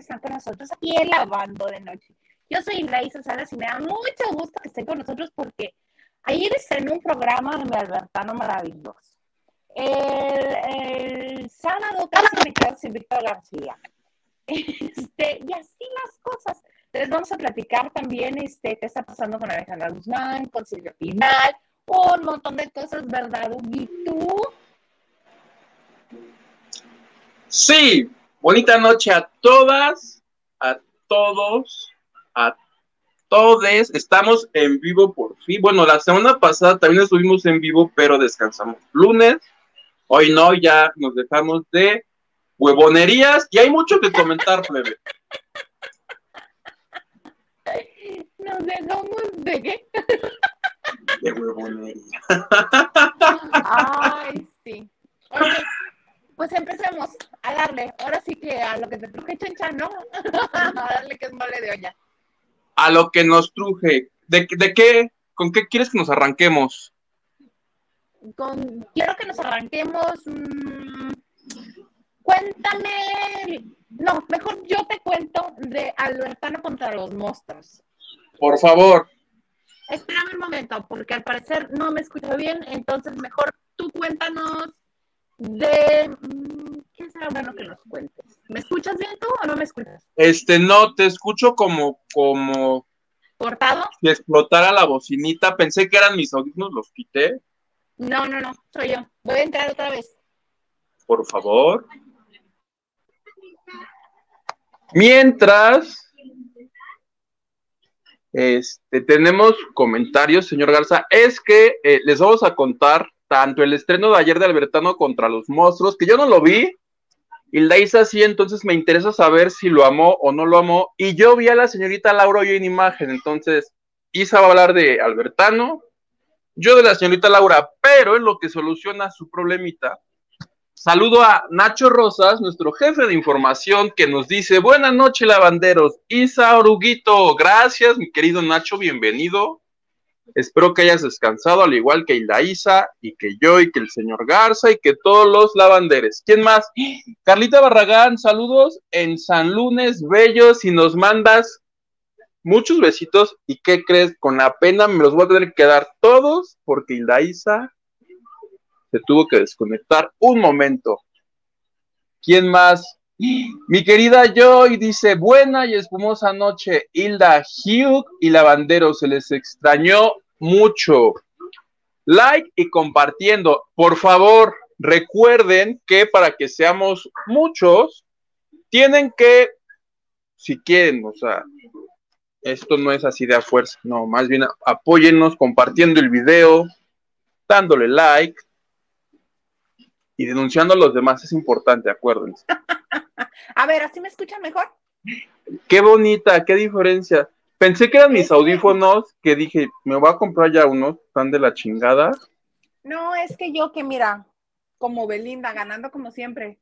están con nosotros aquí en Lavando de Noche. Yo soy Laisa Salas y me da mucho gusto que estén con nosotros porque ayer estrenó un programa de mi Albertano maravilloso. El sábado casi me quedo sin Víctor García. Y así las cosas. Les vamos a platicar también qué está pasando con Alejandra Guzmán, con Silvia Pinal, un montón de cosas, ¿verdad, Huguito? Sí, bonita noche a todas, a todos, a todes. Estamos en vivo por fin. Bueno, la semana pasada también estuvimos en vivo, pero descansamos lunes. Hoy no, ya nos dejamos de huevonerías y hay mucho que comentar, plebe. ¿Nos dejamos de qué? De huevonería. Ay, sí. Oye, pues empecemos a darle. Ahora sí que a lo que te truje, Chencha, ¿no? A darle que es mole de olla. A lo que nos truje. ¿De qué? ¿Con qué quieres que nos arranquemos? Quiero que nos arranquemos. Cuéntame. No, mejor yo te cuento de Albertano contra los monstruos. Por favor. Espérame un momento, porque al parecer no me escucho bien, entonces mejor tú cuéntanos de... ¿Qué será bueno que nos cuentes? ¿Me escuchas bien tú o no me escuchas? No, te escucho como... ¿Cortado? Si explotara la bocinita. Pensé que eran mis audífonos, los quité. No, soy yo. Voy a entrar otra vez. Por favor. Mientras... tenemos comentarios, señor Garza. Es que les vamos a contar tanto el estreno de ayer de Albertano contra los monstruos, que yo no lo vi, y Laisa sí, entonces me interesa saber si lo amó o no lo amó, y yo vi a la señorita Laura hoy en imagen, entonces Isa va a hablar de Albertano, yo de la señorita Laura, pero en lo que soluciona su problemita, saludo a Nacho Rosas, nuestro jefe de información, que nos dice, buenas noches, lavanderos. Isa Oruguito, gracias, mi querido Nacho, bienvenido. Espero que hayas descansado, al igual que Hilda Isa, y que yo, y que el señor Garza, y que todos los lavanderes. ¿Quién más? Carlita Barragán, saludos en San Lunes, bellos, y nos mandas muchos besitos. ¿Y qué crees? Con la pena me los voy a tener que dar todos, porque Hilda Isa se tuvo que desconectar un momento. ¿Quién más? Mi querida Joy dice, buena y espumosa noche, Hilda, Hugh y Lavandero, se les extrañó mucho. Like y compartiendo. Por favor, recuerden que para que seamos muchos, tienen que, si quieren, o sea, esto no es así de a fuerza, no, más bien apóyennos compartiendo el video, dándole like, y denunciando a los demás es importante, acuérdense. A ver, ¿así me escuchan mejor? Qué bonita, qué diferencia. Pensé que eran mis audífonos, que dije, me voy a comprar ya unos, están de la chingada. No, es que yo que mira, como Belinda, ganando como siempre.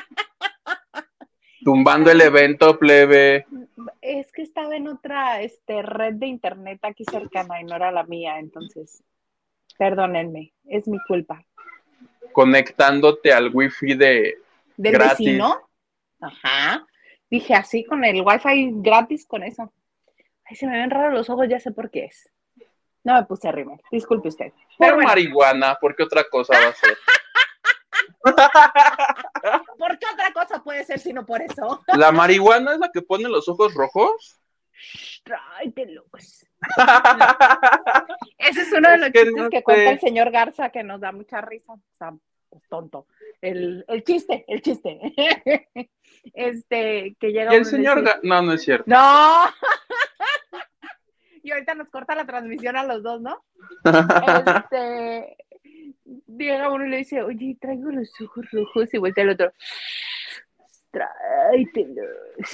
Tumbando el evento, plebe. Es que estaba en otra red de internet aquí cercana y no era la mía, entonces, perdónenme, es mi culpa. Conectándote al wifi del gratis. Vecino. Ajá. Dije así con el wifi gratis con eso. Ay, se me ven raros los ojos, ya sé por qué es. No me puse arriba, disculpe usted. Por bueno. Marihuana, ¿por qué otra cosa va a ser? ¿Por qué otra cosa puede ser sino por eso? ¿La marihuana es la que pone los ojos rojos? Tráetelos. Ese es uno de los chistes no que cuenta el señor Garza que nos da mucha risa. O sea, pues, tonto. El chiste. Que llega. ¿Y el señor no es cierto. No. Y ahorita nos corta la transmisión a los dos, ¿no? Llega uno y le dice, oye, traigo los ojos rojos, y vuelta el otro. Tráetelos.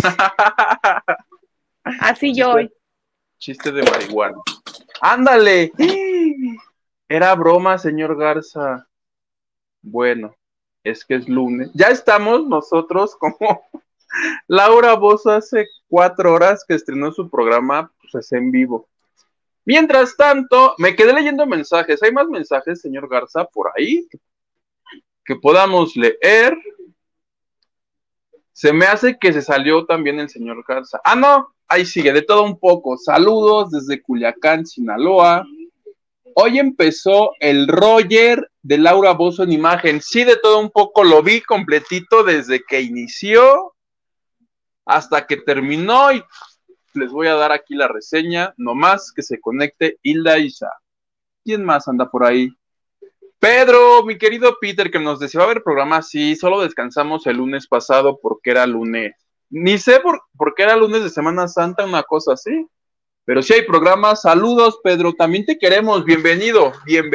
Así yo hoy. Chiste de marihuana. ¡Ándale! Era broma, señor Garza. Bueno, es que es lunes. Ya estamos nosotros como Laura Bozzo hace 4 horas que estrenó su programa, pues es en vivo. Mientras tanto, me quedé leyendo mensajes. ¿Hay más mensajes, señor Garza, por ahí que podamos leer? Se me hace que se salió también el señor Garza. Ah, no, ahí sigue, de todo un poco. Saludos desde Culiacán, Sinaloa. Hoy empezó el Roger de Laura Bozzo en imagen. Sí, de todo un poco, lo vi completito desde que inició hasta que terminó y les voy a dar aquí la reseña, nomás que se conecte Hilda Isa. ¿Quién más anda por ahí? Pedro, mi querido Peter, que nos decía, va a haber programa, sí, solo descansamos el lunes pasado porque era lunes. Ni sé por qué era lunes de Semana Santa, una cosa así. Pero sí hay programa. Saludos, Pedro, también te queremos. Bienvenido.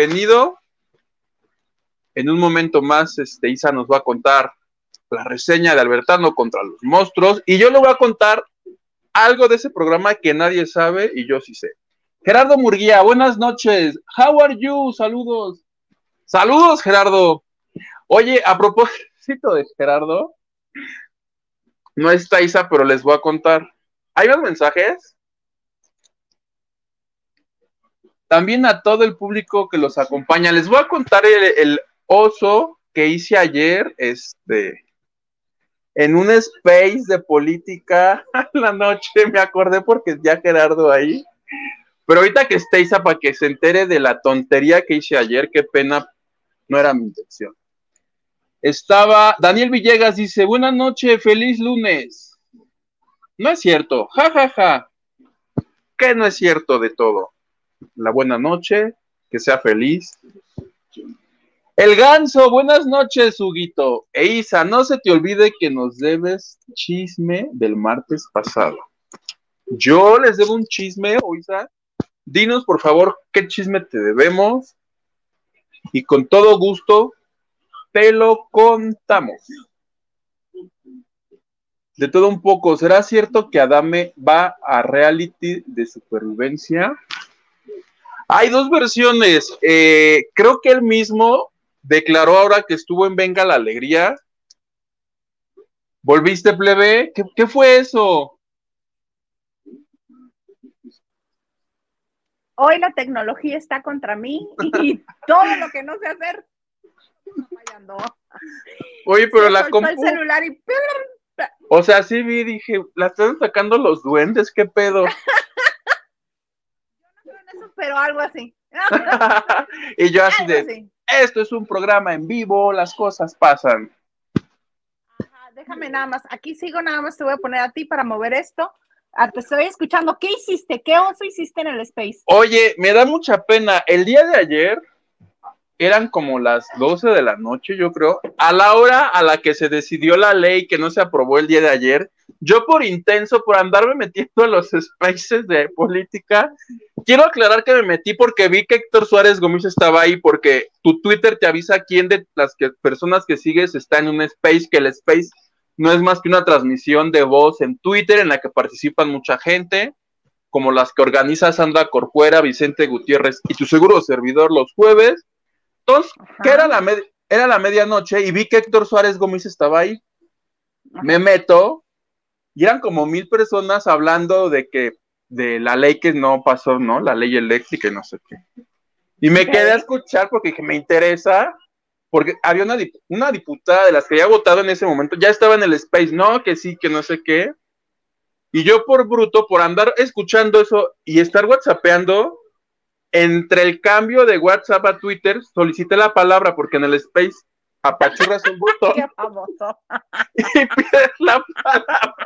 En un momento más, Isa nos va a contar la reseña de Albertano contra los monstruos. Y yo le voy a contar algo de ese programa que nadie sabe y yo sí sé. Gerardo Murguía, buenas noches. How are you? Saludos. Saludos, Gerardo. Oye, a propósito de Gerardo, no está Isa, pero les voy a contar. ¿Hay más mensajes? También a todo el público que los acompaña. Les voy a contar el oso que hice ayer, en un space de política en la noche. Me acordé porque ya Gerardo ahí. Pero ahorita que esté Isa para que se entere de la tontería que hice ayer, qué pena, no era mi intención. Estaba, Daniel Villegas dice, buenas noches, feliz lunes. No es cierto, jajaja. ¿Qué no es cierto de todo? La buena noche, que sea feliz. El Ganso, buenas noches, Huguito. E Isa, no se te olvide que nos debes chisme del martes pasado. Yo les debo un chisme, Isa. Dinos, por favor, qué chisme te debemos. Y con todo gusto te lo contamos. De todo un poco, ¿será cierto que Adame va a reality de supervivencia? Hay dos versiones. Creo que él mismo declaró ahora que estuvo en Venga la Alegría. ¿Volviste, plebe? ¿Qué fue eso? Hoy la tecnología está contra mí y todo lo que no sé hacer está fallando. Oye, pero la compu... el celular y... O sea, sí vi, dije, la están sacando los duendes, ¿qué pedo? Yo no creo en eso, pero algo así. Y yo así de, esto es un programa en vivo, las cosas pasan. Ajá, déjame nada más, aquí sigo, nada más te voy a poner a ti para mover esto. Te estoy escuchando, ¿qué hiciste? ¿Qué oso hiciste en el space? Oye, me da mucha pena, el día de ayer eran como las 12 de la noche, yo creo, a la hora a la que se decidió la ley que no se aprobó el día de ayer. Yo por intenso, por andarme metiendo en los spaces de política, quiero aclarar que me metí porque vi que Héctor Suárez Gómez estaba ahí, porque tu Twitter te avisa quién de las personas que sigues está en un space, que el space no es más que una transmisión de voz en Twitter en la que participan mucha gente, como las que organiza Sandra Corcuera, Vicente Gutiérrez y tu seguro servidor los jueves. Entonces, que era la medianoche y vi que Héctor Suárez Gómez estaba ahí. Ajá. Me meto y eran como 1,000 personas hablando de la ley que no pasó, ¿no? La ley eléctrica y no sé qué. Y me quedé a escuchar porque dije, me interesa, porque había una diputada de las que había votado en ese momento, ya estaba en el space, no, que sí, que no sé qué. Y yo por bruto, por andar escuchando eso y estar whatsappeando, entre el cambio de WhatsApp a Twitter, solicité la palabra porque en el space apachurras un botón. ¡Qué famoso! Y pides la palabra.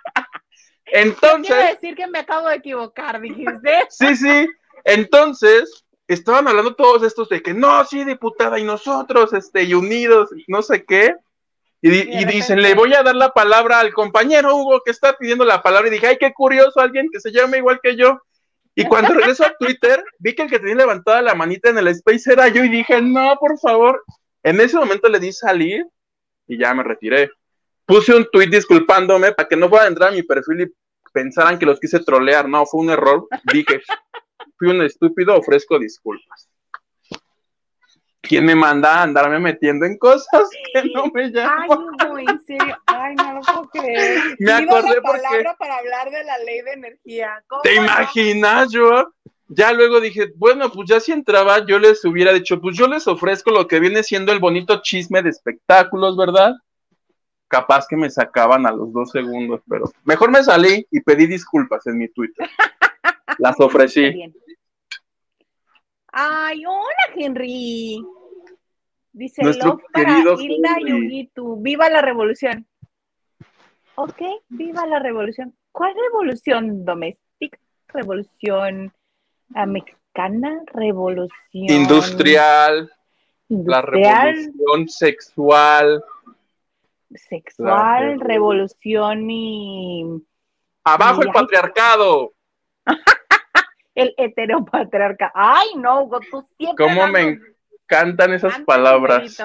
Entonces... Quiero decir que me acabo de equivocar, dijiste. Sí. Entonces, estaban hablando todos estos de que no, sí, diputada, y nosotros, y unidos, no sé qué. Y dicen, le voy a dar la palabra al compañero Hugo que está pidiendo la palabra. Y dije, ay, qué curioso, alguien que se llame igual que yo. Y cuando regreso a Twitter, vi que el que tenía levantada la manita en el space era yo y dije, no, por favor. En ese momento le di salir y ya me retiré. Puse un tweet disculpándome para que no fueran a entrar a mi perfil y pensaran que los quise trolear. No, fue un error. Dije, fui un estúpido, ofrezco disculpas. ¿Quién me manda a andarme metiendo en cosas que no me llaman? Ay, no, en serio. Ay, no lo puedo creer. Me acordé porque... palabra para hablar de la ley de energía. ¿Te imaginas? Yo ya luego dije, bueno, pues ya si entraba, yo les hubiera dicho, pues yo les ofrezco lo que viene siendo el bonito chisme de espectáculos, ¿verdad? capaz que me sacaban a los 2 segundos, pero mejor me salí y pedí disculpas en mi Twitter. Las ofrecí. Bien. Ay, hola, Henry. Dice Nuestro Love para querido Hilda Henry. Yugitu. ¡Viva la revolución! Ok, viva la revolución. ¿Cuál revolución doméstica? ¿Revolución mexicana? ¿Revolución Industrial, la revolución sexual. Sexual, revolución y... ¡Abajo el patriarcado! El heteropatriarca. ¡Ay, no, Hugo! Tú siempre ¿Cómo me encantan esas palabras?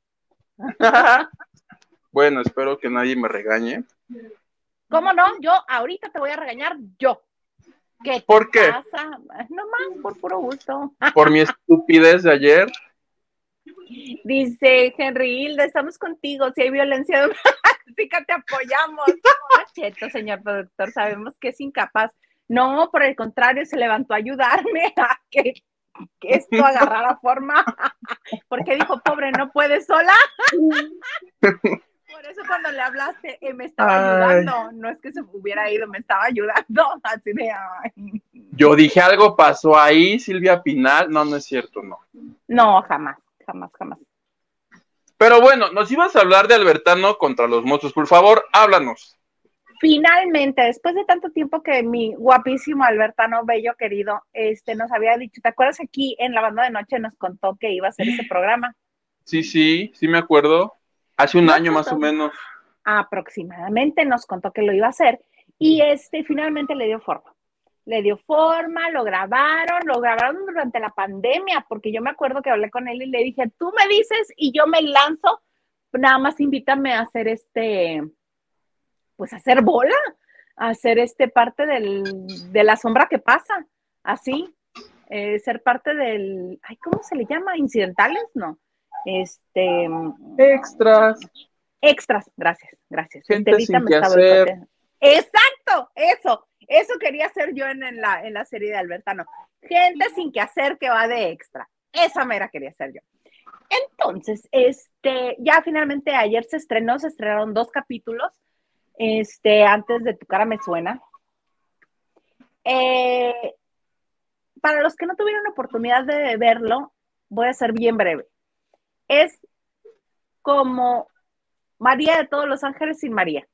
Bueno, espero que nadie me regañe. ¿Cómo no? Yo ahorita te voy a regañar yo. ¿Qué ¿Por qué? pasa? Nomás por puro gusto. Por mi estupidez de ayer. Dice Henry Hilda, estamos contigo. Si hay violencia doméstica, te apoyamos. No es cierto, señor productor, sabemos que es incapaz. No, por el contrario, se levantó a ayudarme a que esto agarrara forma. Porque dijo, pobre, no puede sola. Por eso cuando le hablaste, me estaba ayudando. No es que se hubiera ido, me estaba ayudando. Así de, ay. Yo dije, algo pasó ahí, Silvia Pinal. No, no es cierto, no. No, jamás. Pero bueno, nos ibas a hablar de Albertano contra los monstruos. Por favor, háblanos. Finalmente, después de tanto tiempo que mi guapísimo Albertano bello querido nos había dicho, ¿te acuerdas aquí en la banda de noche nos contó que iba a hacer ese programa? Sí me acuerdo. Hace un año más o menos. Aproximadamente nos contó que lo iba a hacer y finalmente le dio forma. Lo grabaron durante la pandemia, porque yo me acuerdo que hablé con él y le dije, tú me dices y yo me lanzo, nada más invítame a hacer pues hacer bola, hacer parte de la sombra que pasa, así, ser parte del, ay, ¿cómo se le llama? ¿Incidentales? No. Extras, gracias. Gente sin qué hacer. Exacto, eso quería hacer yo en la serie de Albertano. Gente sin que hacer que va de extra. Esa mera quería hacer yo. Entonces, ya finalmente ayer se estrenaron 2 capítulos, antes de Tu cara me suena. Para los que no tuvieron oportunidad de verlo, voy a ser bien breve. Es como María de todos los ángeles sin María.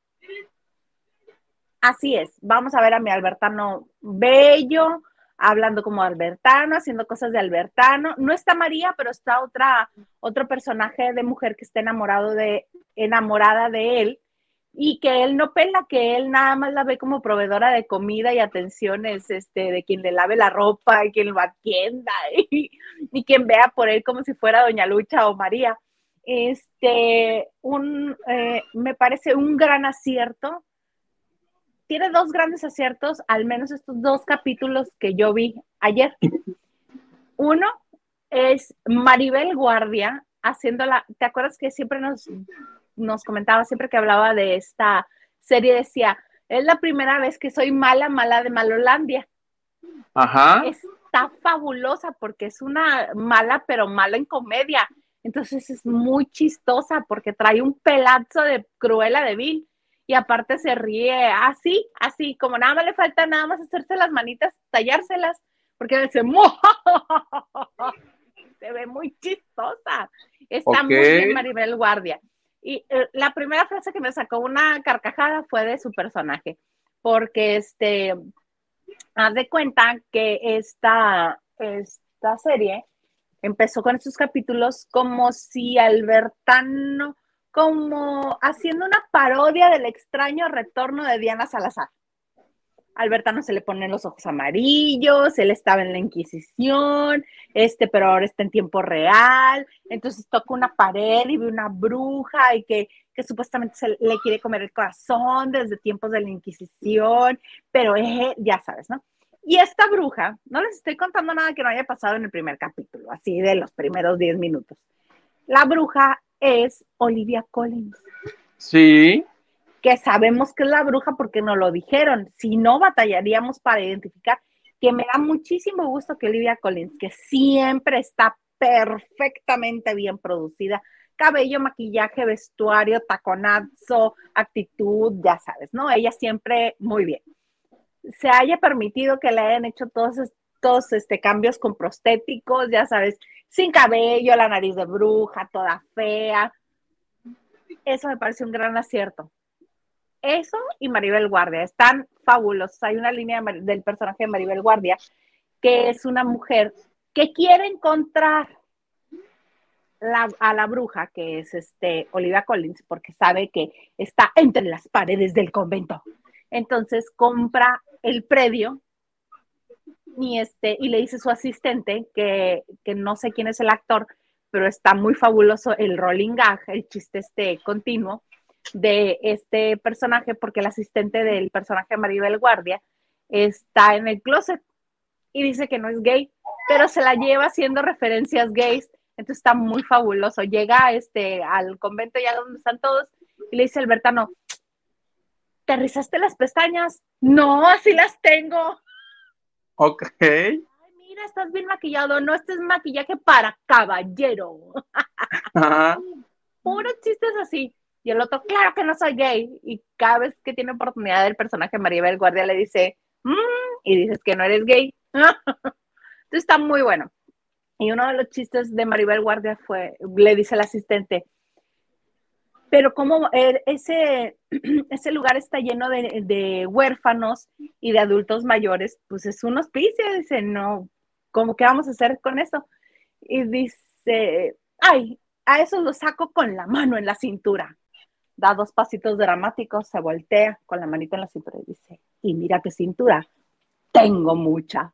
Así es, vamos a ver a mi Albertano bello, hablando como Albertano, haciendo cosas de Albertano. No está María, pero está otro personaje de mujer que está enamorada de él y que él no pela, que él nada más la ve como proveedora de comida y atenciones, de quien le lave la ropa y quien lo atienda y quien vea por él como si fuera Doña Lucha o María. Me parece un gran acierto. Tiene 2 grandes aciertos, al menos estos 2 capítulos que yo vi ayer. Uno es Maribel Guardia haciéndola, ¿te acuerdas que siempre nos comentaba, siempre que hablaba de esta serie, decía, es la primera vez que soy mala de Malolandia? Ajá. Está fabulosa porque es una mala, pero mala en comedia. Entonces es muy chistosa porque trae un pelazo de Cruella de Vil. Y aparte se ríe así, como nada más le falta nada más hacerse las manitas, tallárselas, porque se ve muy chistosa. Está muy bien Maribel Guardia. Y la primera frase que me sacó una carcajada fue de su personaje, porque haz de cuenta que esta serie empezó con estos capítulos como si Albertano, como haciendo una parodia del extraño retorno de Diana Salazar. Albertano se le ponen los ojos amarillos, él estaba en la Inquisición, pero ahora está en tiempo real, entonces toca una pared y ve una bruja y que supuestamente le quiere comer el corazón desde tiempos de la Inquisición, pero ya sabes, ¿no? Y esta bruja, no les estoy contando nada que no haya pasado en el primer capítulo, así de los primeros 10 minutos. La bruja es Olivia Collins. Sí. Que sabemos que es la bruja porque nos lo dijeron. Si no, batallaríamos para identificar, que me da muchísimo gusto que Olivia Collins, que siempre está perfectamente bien producida, cabello, maquillaje, vestuario, taconazo, actitud, ya sabes, ¿no? Ella siempre muy bien. Se haya permitido que le hayan hecho todos cambios con prostéticos, ya sabes, sin cabello, la nariz de bruja, toda fea. Eso me parece un gran acierto. Eso y Maribel Guardia, están fabulosos. Hay una línea del personaje de Maribel Guardia que es una mujer que quiere encontrar a la bruja, que es Olivia Collins, porque sabe que está entre las paredes del convento. Entonces compra el predio y le dice a su asistente, que no sé quién es el actor, pero está muy fabuloso el rolling gag, el chiste continuo de este personaje, porque el asistente del personaje de Maribel Guardia está en el closet y dice que no es gay, pero se la lleva haciendo referencias gays. Entonces está muy fabuloso. Llega al convento ya donde están todos y le dice al Bertano, ¿te rizaste las pestañas? No, así las tengo. Ok. Ay, mira, estás bien maquillado. No, este es maquillaje para caballero. Ajá. Puros chistes así. Y el otro, claro que no soy gay. Y cada vez que tiene oportunidad el personaje Maribel Guardia le dice, y dices que no eres gay. Entonces está muy bueno. Y uno de los chistes de Maribel Guardia le dice al asistente, pero como ese lugar está lleno de huérfanos y de adultos mayores, pues es un hospicio. Dice, no, ¿cómo qué vamos a hacer con eso? Y dice, ay, a eso lo saco con la mano en la cintura. Da 2 pasitos dramáticos, se voltea con la manita en la cintura y dice, y mira qué cintura, tengo mucha.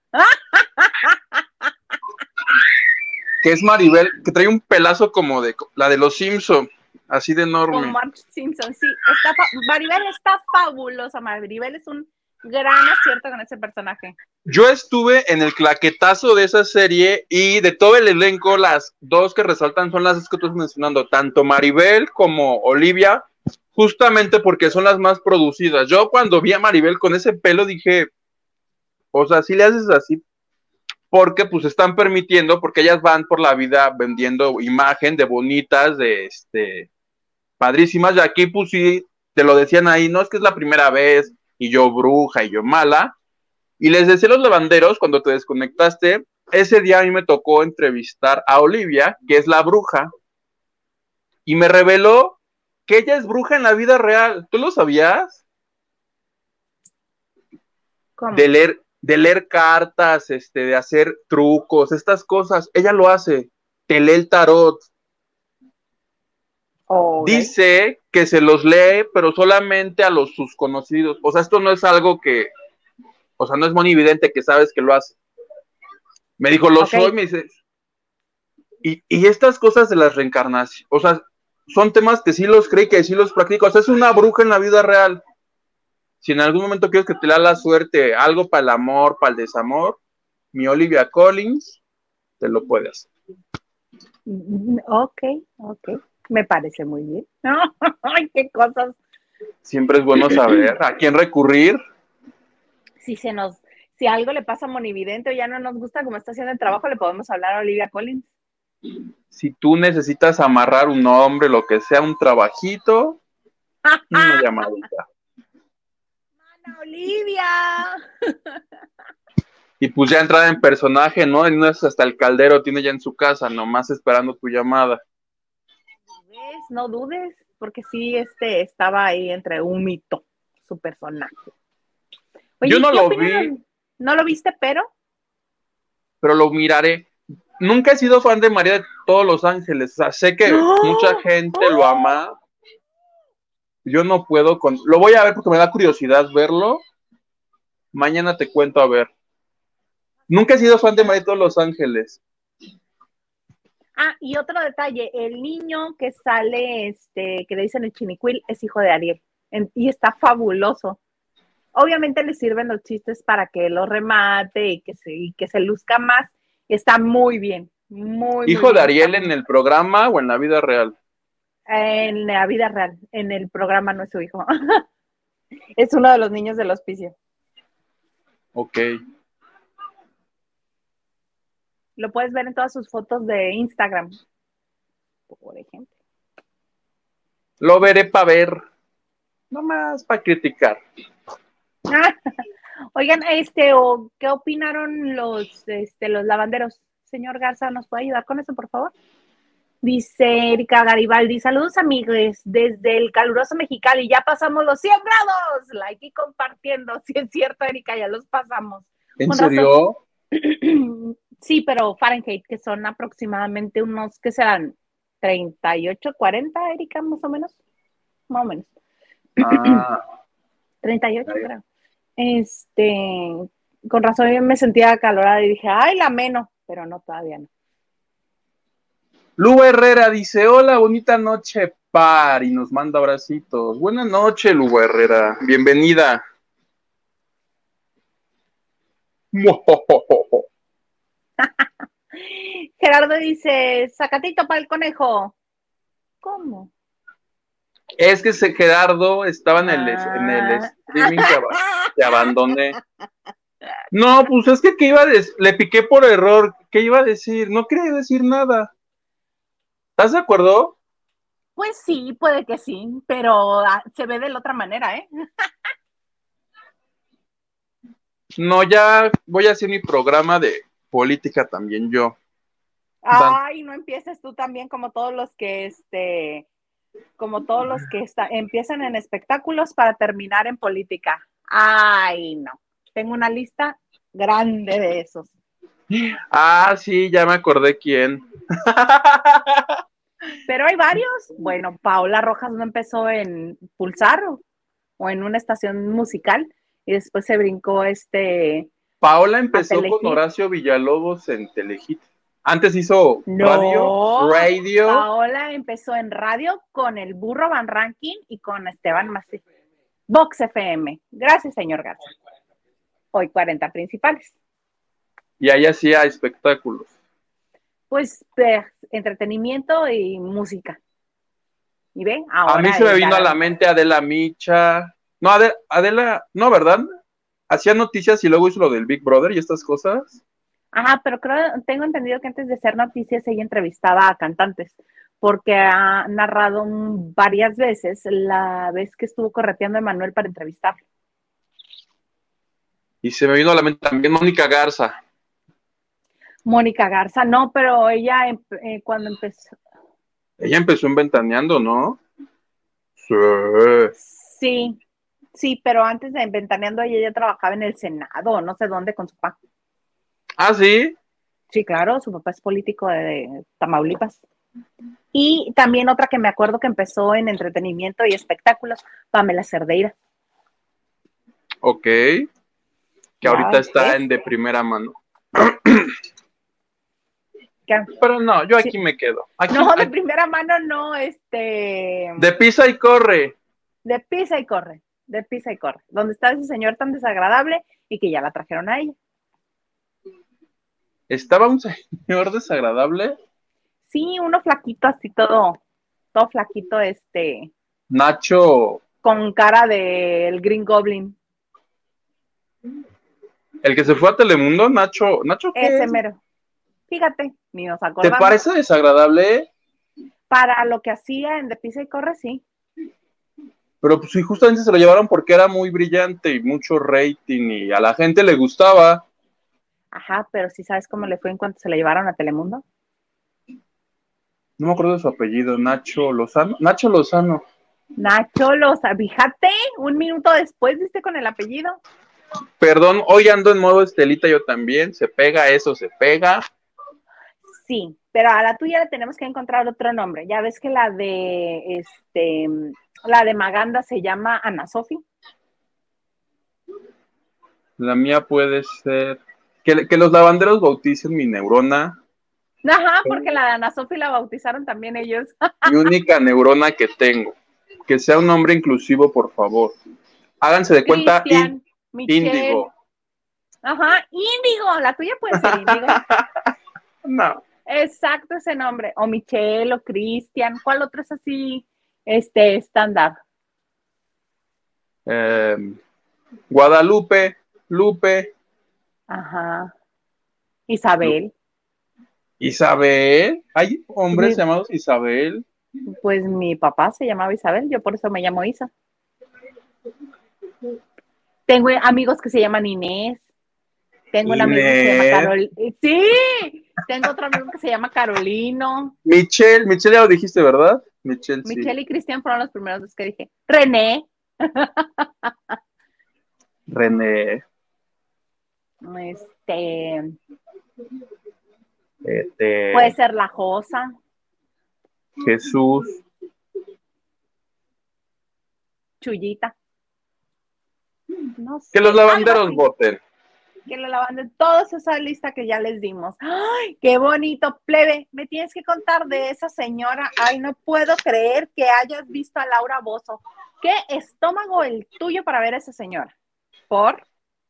Que es Maribel, que trae un pelazo como de la de los Simpson, así de Como enorme. Mark Simpson, sí. Maribel está fabulosa. Maribel es un gran acierto con ese personaje. Yo estuve en el claquetazo de esa serie y de todo el elenco, las dos que resaltan son las que tú estás mencionando, tanto Maribel como Olivia, justamente porque son las más producidas. Yo cuando vi a Maribel con ese pelo dije, o sea, si le haces así, porque pues están permitiendo, porque ellas van por la vida vendiendo imagen de bonitas, de padrísimas, y aquí pues sí, te lo decían ahí, no es que es la primera vez, y yo bruja, y yo mala, y les decía a los lavanderos, cuando te desconectaste, ese día a mí me tocó entrevistar a Olivia, que es la bruja, y me reveló que ella es bruja en la vida real. ¿Tú lo sabías? ¿Cómo? De leer cartas, de hacer trucos, estas cosas. Ella lo hace. Te lee el tarot. Okay. Dice que se los lee, pero solamente a sus conocidos. O sea, esto no es algo que, o sea, no es muy evidente que sabes que lo hace. Me dijo, lo soy, Okay. me dice, y estas cosas de las reencarnaciones, o sea, son temas que sí los cree, que sí los practica. O sea, es una bruja en la vida real. Si en algún momento quieres que te da la suerte, algo para el amor, para el desamor, mi Olivia Collins te lo puede hacer. Ok. Me parece muy bien. Ay, qué cosas. Siempre es bueno saber a quién recurrir. Si algo le pasa a Monividente o ya no nos gusta cómo está haciendo el trabajo, le podemos hablar a Olivia Collins. Si tú necesitas amarrar un hombre, lo que sea, un trabajito, una llamadita. ¡Mana Olivia! Y pues ya entrada en personaje, ¿no? Y no es hasta el caldero tiene ya en su casa, nomás esperando tu llamada. No dudes, porque sí, estaba ahí entre un mito, su personaje. Yo Oye, no ¿qué lo vi, opinan? ¿No lo viste, pero? pero lo miraré. Nunca he sido fan de María de todos los Ángeles. O sea, sé que mucha ¡Oh! gente lo ¡Oh! ama. Yo no puedo con. Lo voy a ver porque me da curiosidad verlo. Mañana te cuento a ver. Nunca he sido fan de María de todos los Ángeles. Ah, y otro detalle, el niño que sale, que le dicen el Chinicuil, es hijo de Ariel, y está fabuloso. Obviamente le sirven los chistes para que lo remate y que se luzca más. Está muy bien, muy, muy ¿Hijo de bien. Está Ariel en el programa o en la vida real? en la vida real, en el programa no es su hijo. Es uno de los niños del hospicio. Ok. Lo puedes ver en todas sus fotos de Instagram, por ejemplo. Lo veré para ver, nomás para criticar. Oigan, ¿qué opinaron los lavanderos? Señor Garza, ¿nos puede ayudar con eso, por favor? Dice Erika Garibaldi, saludos amigos desde el caluroso Mexicali, ya pasamos los 100 grados, like y compartiendo, si es cierto Erika, ya los pasamos. ¿En serio? Sí, pero Fahrenheit, que son aproximadamente unos, ¿qué serán? 38, 40, Erika, más o menos. 38, creo. Con razón yo me sentía acalorada y dije, ay, la menos, pero no, todavía no. Lu Herrera dice, hola, bonita noche, par, y nos manda abracitos. Buenas noches, Lu Herrera, bienvenida. Gerardo dice, sacatito para el conejo. ¿Cómo? Es que Gerardo estaba en el streaming que abandoné. No, pues es que iba le piqué por error. ¿Qué iba a decir? No quería decir nada. ¿Estás de acuerdo? Pues sí, puede que sí, pero se ve de la otra manera, ¿eh? No, ya voy a hacer mi programa de política también yo. Ay, no empieces tú también como todos los que empiezan en espectáculos para terminar en política. Ay, no. Tengo una lista grande de esos. Ah, sí, ya me acordé quién. Pero hay varios. Bueno, Paola Rojas no empezó en Pulsar o en una estación musical y después se brincó Paola empezó con Horacio Villalobos en Telehit. Antes hizo radio. Paola empezó en radio con el Burro Van Ranking y con Esteban Macías. Vox FM. Gracias, señor Garza. Hoy 40 principales. Y ahí hacía espectáculos. Pues entretenimiento y música. ¿Y ven? Ahora a mí se me vino a la mente Adela Micha. No, Adela, no, ¿verdad? Hacía noticias y luego hizo lo del Big Brother y estas cosas. Ajá, pero tengo entendido que antes de hacer noticias ella entrevistaba a cantantes, porque ha narrado varias veces la vez que estuvo correteando a Manuel para entrevistarlo. Y se me vino a la mente también Mónica Garza. Mónica Garza, no, pero ella cuando empezó. Ella empezó en Ventaneando, ¿no? Sí, pero antes de Ventaneando ella ya trabajaba en el Senado, no sé dónde, con su papá. ¿Ah, sí? Sí, claro, su papá es político de Tamaulipas. Y también otra que me acuerdo que empezó en entretenimiento y espectáculos, Pamela Cerdeira. Ok. Que ahorita está en De Primera Mano. Pero no, yo aquí me quedo. De primera mano no, De Pisa y Corre. De Pisa y Corre. Donde está ese señor tan desagradable y que ya la trajeron a ella. ¿Estaba un señor desagradable? Sí, uno flaquito, así todo flaquito, Nacho. Con cara del Green Goblin. El que se fue a Telemundo, Nacho ¿qué ese es? Mero. Fíjate, ni nos acordamos. ¿Te parece desagradable? Para lo que hacía en De Pisa y Corre, sí. Pero pues sí, justamente se lo llevaron porque era muy brillante y mucho rating y a la gente le gustaba. Ajá, pero sí sabes cómo le fue en cuanto se le llevaron a Telemundo. No me acuerdo de su apellido, Nacho Lozano. Fíjate, un minuto después diste con el apellido. Perdón, hoy ando en modo Estelita yo también. Se pega. Sí, pero a la tuya le tenemos que encontrar otro nombre. Ya ves que la de Maganda se llama Ana Sofi. La mía puede ser que los lavanderos bauticen mi neurona. Ajá, porque la de Ana Sofi la bautizaron también ellos. Mi única neurona que tengo. Que sea un nombre inclusivo, por favor. Háganse de cuenta. Índigo. Ajá, Índigo. La tuya puede ser Índigo. No. Exacto, ese nombre. O Michelle o Cristian. ¿Cuál otro es así? Stand-up. Guadalupe, Lupe. Ajá. Isabel. Isabel. ¿Hay hombres llamados Isabel? Pues mi papá se llamaba Isabel, yo por eso me llamo Isa. Tengo amigos que se llaman Inés. Tengo un amigo que se llama Carol. Sí, tengo otro amigo que se llama Carolino. Michelle ya lo dijiste, ¿verdad? Michelle y Cristian fueron los primeros dos que dije. René. Puede ser La Josa. Jesús. Chuyita. No sé. Que los lavanderos voten. Que la lavanderos, toda esa lista que ya les dimos. ¡Ay, qué bonito! Plebe, me tienes que contar de esa señora. Ay, no puedo creer que hayas visto a Laura Bozzo. ¿Qué estómago el tuyo para ver a esa señora? ¿Por?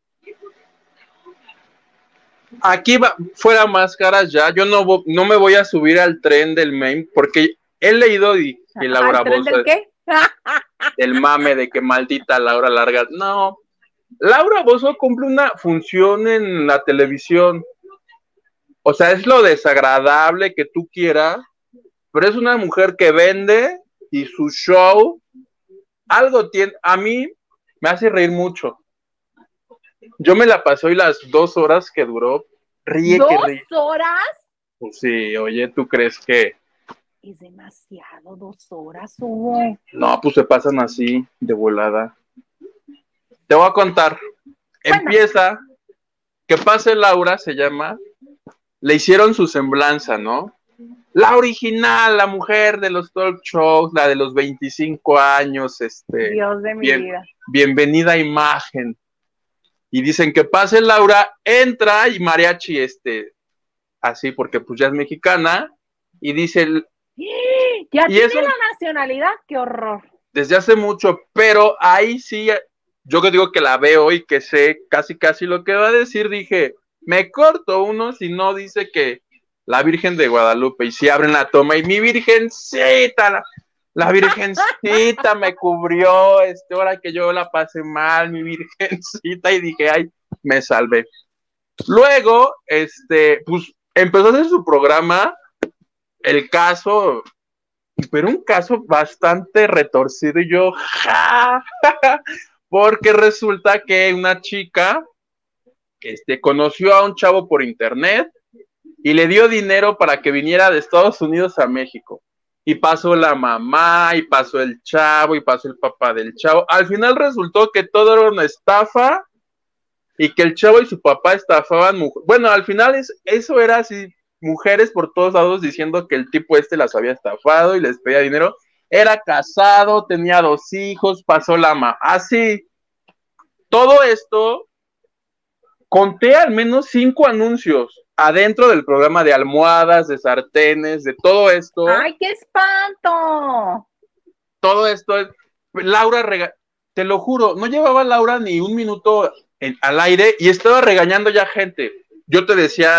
Aquí va, fuera máscaras ya. Yo no me voy a subir al tren del meme porque he leído y Laura Bozzo. ¿Del qué? El mame de que maldita Laura Larga. No. Laura Bozzo cumple una función en la televisión. O sea, es lo desagradable que tú quieras, pero es una mujer que vende y su show algo tiene. A mí me hace reír mucho. Yo me la pasé hoy las 2 horas que duró. Ríe. ¿2 horas? Pues sí, oye, ¿tú crees que? Es demasiado, 2 horas, Hugo. No, pues se pasan así, de volada. Te voy a contar. Empieza, que pase Laura, se llama. Le hicieron su semblanza, ¿no? La original, la mujer de los talk shows, la de los 25 años, Dios de mi vida. Bienvenida imagen. Y dicen que pase Laura, entra y mariachi, así, porque pues ya es mexicana, y dice... Ya tiene la nacionalidad, qué horror. Desde hace mucho, pero ahí sí, yo que digo que la veo y que sé casi lo que va a decir, dije, me corto uno si no dice que la Virgen de Guadalupe, y si abren la toma, y mi virgencita, la virgencita me cubrió, ahora que yo la pasé mal, mi virgencita, y dije, ay, me salvé. Luego, pues, empezó a hacer su programa, el caso, pero un caso bastante retorcido, y yo, porque resulta que una chica, conoció a un chavo por internet, y le dio dinero para que viniera de Estados Unidos a México. Y pasó la mamá, y pasó el chavo, y pasó el papá del chavo. Al final resultó que todo era una estafa, y que el chavo y su papá estafaban mujeres. Bueno, al final eso era así, mujeres por todos lados diciendo que el tipo las había estafado y les pedía dinero. Era casado, tenía 2 hijos, pasó la mamá. Así, todo esto, conté al menos 5 anuncios adentro del programa de almohadas, de sartenes, de todo esto. ¡Ay, qué espanto! Todo esto, Laura, te lo juro, no llevaba Laura ni un minuto al aire y estaba regañando ya gente. Yo te decía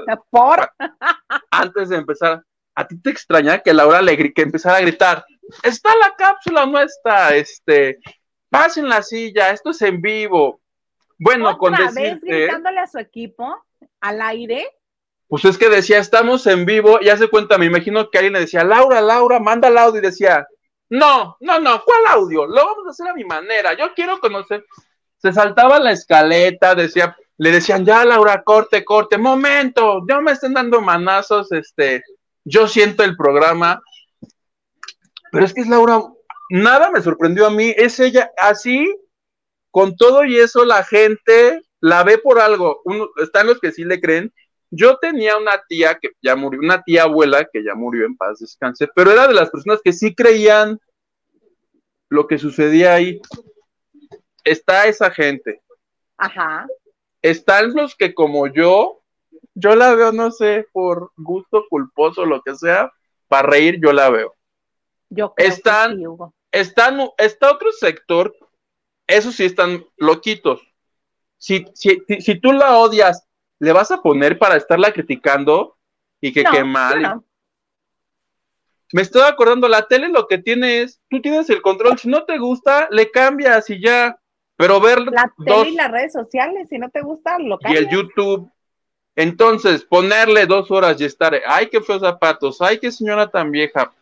antes de empezar, ¿a ti te extraña que Laura que empezara a gritar? ¿Está la cápsula o no está? Pasen la silla, esto es en vivo. Bueno, con decirte... ¿Otra vez gritándole a su equipo al aire? Pues es que decía, estamos en vivo, y hace cuenta, me imagino que alguien le decía, Laura, manda el audio, y decía, no, ¿cuál audio? Lo vamos a hacer a mi manera, yo quiero conocer. Se saltaba la escaleta, le decían, ya Laura, corte, momento, no me estén dando manazos, yo siento el programa, pero es que es Laura, nada me sorprendió a mí, es ella, así, con todo y eso, la gente la ve por algo, están los que sí le creen. Yo tenía una tía que ya murió, una tía abuela que ya murió, en paz descanse, pero era de las personas que sí creían lo que sucedía ahí. Está esa gente. Ajá. Están los que como yo la veo, no sé, por gusto culposo, lo que sea, para reír yo la veo. Yo creo que sí, Hugo. Está otro sector, esos sí están loquitos. Si tú la odias, ¿le vas a poner para estarla criticando? Y que qué mal. No. Me estoy acordando, la tele lo que tiene es, tú tienes el control, si no te gusta, le cambias y ya. Pero ver la tele y las redes sociales, si no te gusta, lo cambias. Y el YouTube. Entonces, ponerle 2 horas y estar, ay, qué feos zapatos, ay, qué señora tan vieja.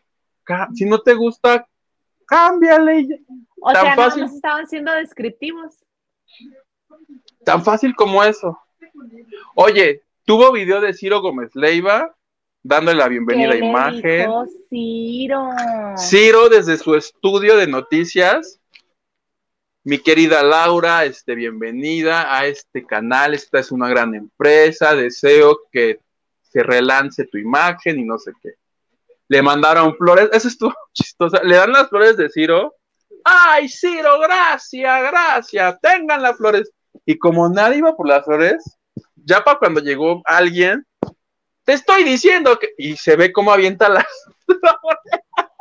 si no te gusta, cámbiale. O sea, no nos estaban siendo descriptivos. Tan fácil como eso. Oye, tuvo video de Ciro Gómez Leiva dándole la bienvenida a Imagen. ¿Qué le dijo Ciro? Ciro desde su estudio de noticias. Mi querida Laura, bienvenida a este canal. Esta es una gran empresa. Deseo que se relance tu imagen y no sé qué. Le mandaron flores. Eso estuvo chistoso. Le dan las flores de Ciro. ¡Ay, Ciro, gracias! Tengan las flores. Y como nadie iba por las flores, ya para cuando llegó alguien, te estoy diciendo que... Y se ve cómo avienta las flores.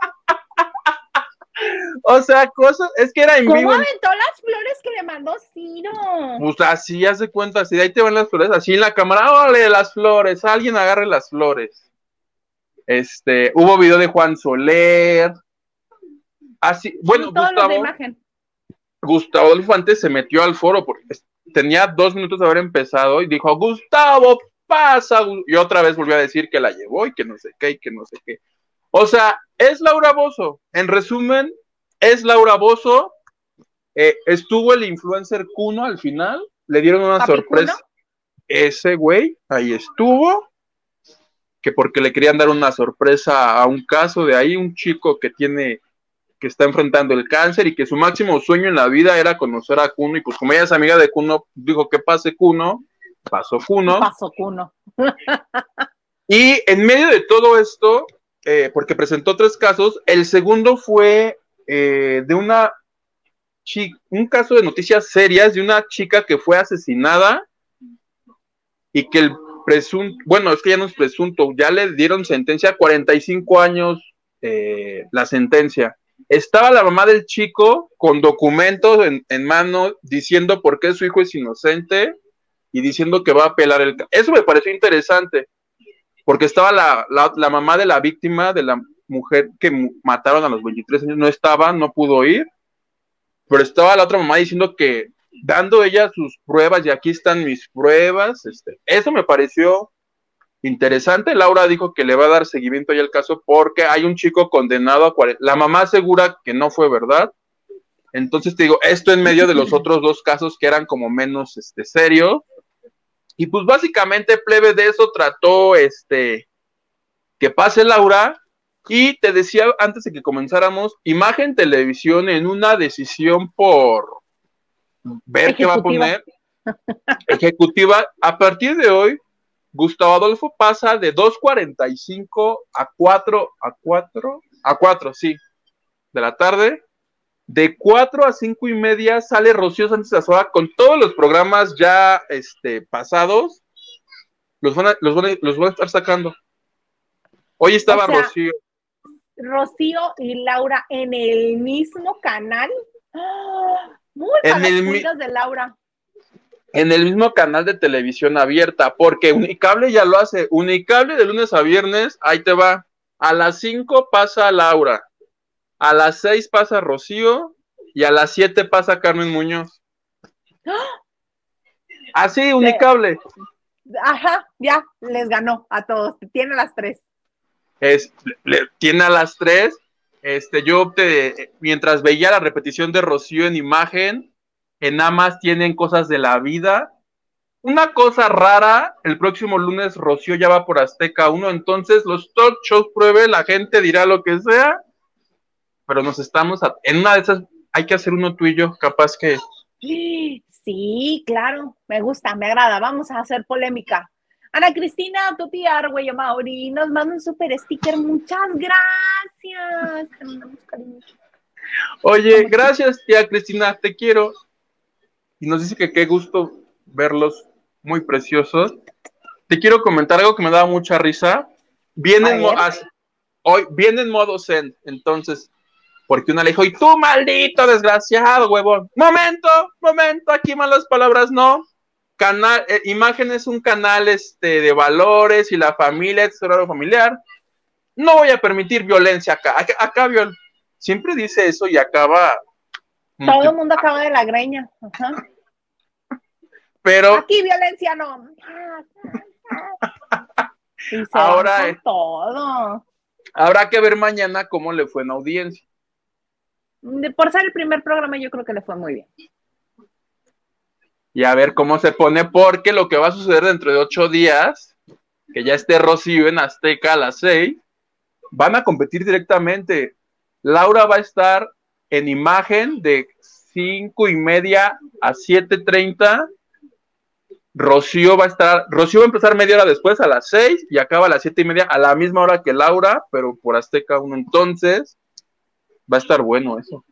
O sea, cosas, es que era en vivo. ¿Cómo aventó las flores que le mandó Ciro? Pues así, haz de cuenta, así, de ahí te van las flores, así en la cámara, ¡órale, las flores! Alguien agarre las flores. Hubo video de Juan Soler. Así, bueno, Gustavo Adolfo antes se metió al foro porque tenía 2 minutos de haber empezado y dijo, Gustavo, pasa. Y otra vez volvió a decir que la llevó y que no sé qué, y que no sé qué. O sea, es Laura Bozzo. En resumen, es Laura Bozzo. Estuvo el influencer Kuno al final. Le dieron una sorpresa. Kuno? Ese güey, ahí estuvo. Que porque le querían dar una sorpresa a un caso de ahí, un chico que está enfrentando el cáncer y que su máximo sueño en la vida era conocer a Kuno. Y pues como ella es amiga de Kuno, dijo que pase Kuno. Pasó Kuno. Y en medio de todo esto... porque presentó 3 casos, el segundo fue de un caso de noticias serias de una chica que fue asesinada y que el presunto, bueno, es que ya no es presunto, ya le dieron sentencia, 45 años la sentencia. Estaba la mamá del chico con documentos en mano diciendo por qué su hijo es inocente y diciendo que va a apelar el caso. Eso me pareció interesante. Porque estaba la mamá de la víctima, de la mujer que mataron a los 23 años, no estaba, no pudo ir, pero estaba la otra mamá diciendo que, dando ella sus pruebas, y aquí están mis pruebas, eso me pareció interesante. Laura dijo que le va a dar seguimiento ya al caso porque hay un chico condenado a 40, la mamá asegura que no fue verdad, entonces te digo, esto en medio de los otros 2 casos que eran como menos serios. Y pues básicamente plebe de eso trató que pase Laura. Y te decía antes de que comenzáramos, Imagen Televisión en una decisión por ver ejecutiva. Qué va a poner ejecutiva, a partir de hoy Gustavo Adolfo pasa de 2:45 a 4 sí, de la tarde. De 4 a 5:30 sale Rocío Sánchez Azuara con todos los programas ya pasados. Los van a estar sacando. Hoy estaba Rocío y Laura en el mismo canal. Muy para de Laura. En el mismo canal de televisión abierta, porque Unicable ya lo hace. Unicable de lunes a viernes, ahí te va. A las 5 pasa Laura. A las 6 pasa Rocío y a las 7 pasa Carmen Muñoz. Así, Unicable. Ajá, ya, les ganó a todos. Tiene las 3. Tiene a las 3. Yo opté, mientras veía la repetición de Rocío en Imagen, en Amas tienen Cosas de la Vida. Una cosa rara, el próximo lunes Rocío ya va por Azteca 1, entonces los talk shows pruebe, la gente dirá lo que sea. Pero en una de esas hay que hacer uno tú y yo, capaz que... Sí, claro, me gusta, me agrada, vamos a hacer polémica. Ana Cristina, tu tía Argüello Mauri, nos manda un super sticker, muchas gracias. Te mandamos cariño. Oye, gracias tía Cristina, te quiero. Y nos dice que qué gusto verlos, muy preciosos. Te quiero comentar algo que me daba mucha risa. Hoy viene en modo zen, entonces... Porque una le dijo, y tú, maldito desgraciado, huevón. Momento, aquí malas palabras, no. Imagen es un canal de valores y la familia, horario familiar. No voy a permitir violencia acá. Acá siempre dice eso y acaba. Todo el mundo acaba de la greña. Ajá. Pero. Aquí violencia no. Ahora todo. Habrá que ver mañana cómo le fue en audiencia. Por ser el primer programa, yo creo que le fue muy bien. Y a ver cómo se pone, porque lo que va a suceder dentro de 8 días, que ya esté Rocío en Azteca a las 6, van a competir directamente. Laura va a estar en imagen de 5:30 a 7:30. Rocío va a empezar media hora después a las 6 y acaba a las 7:30 a la misma hora que Laura, pero por Azteca 1. Entonces, va a estar bueno eso.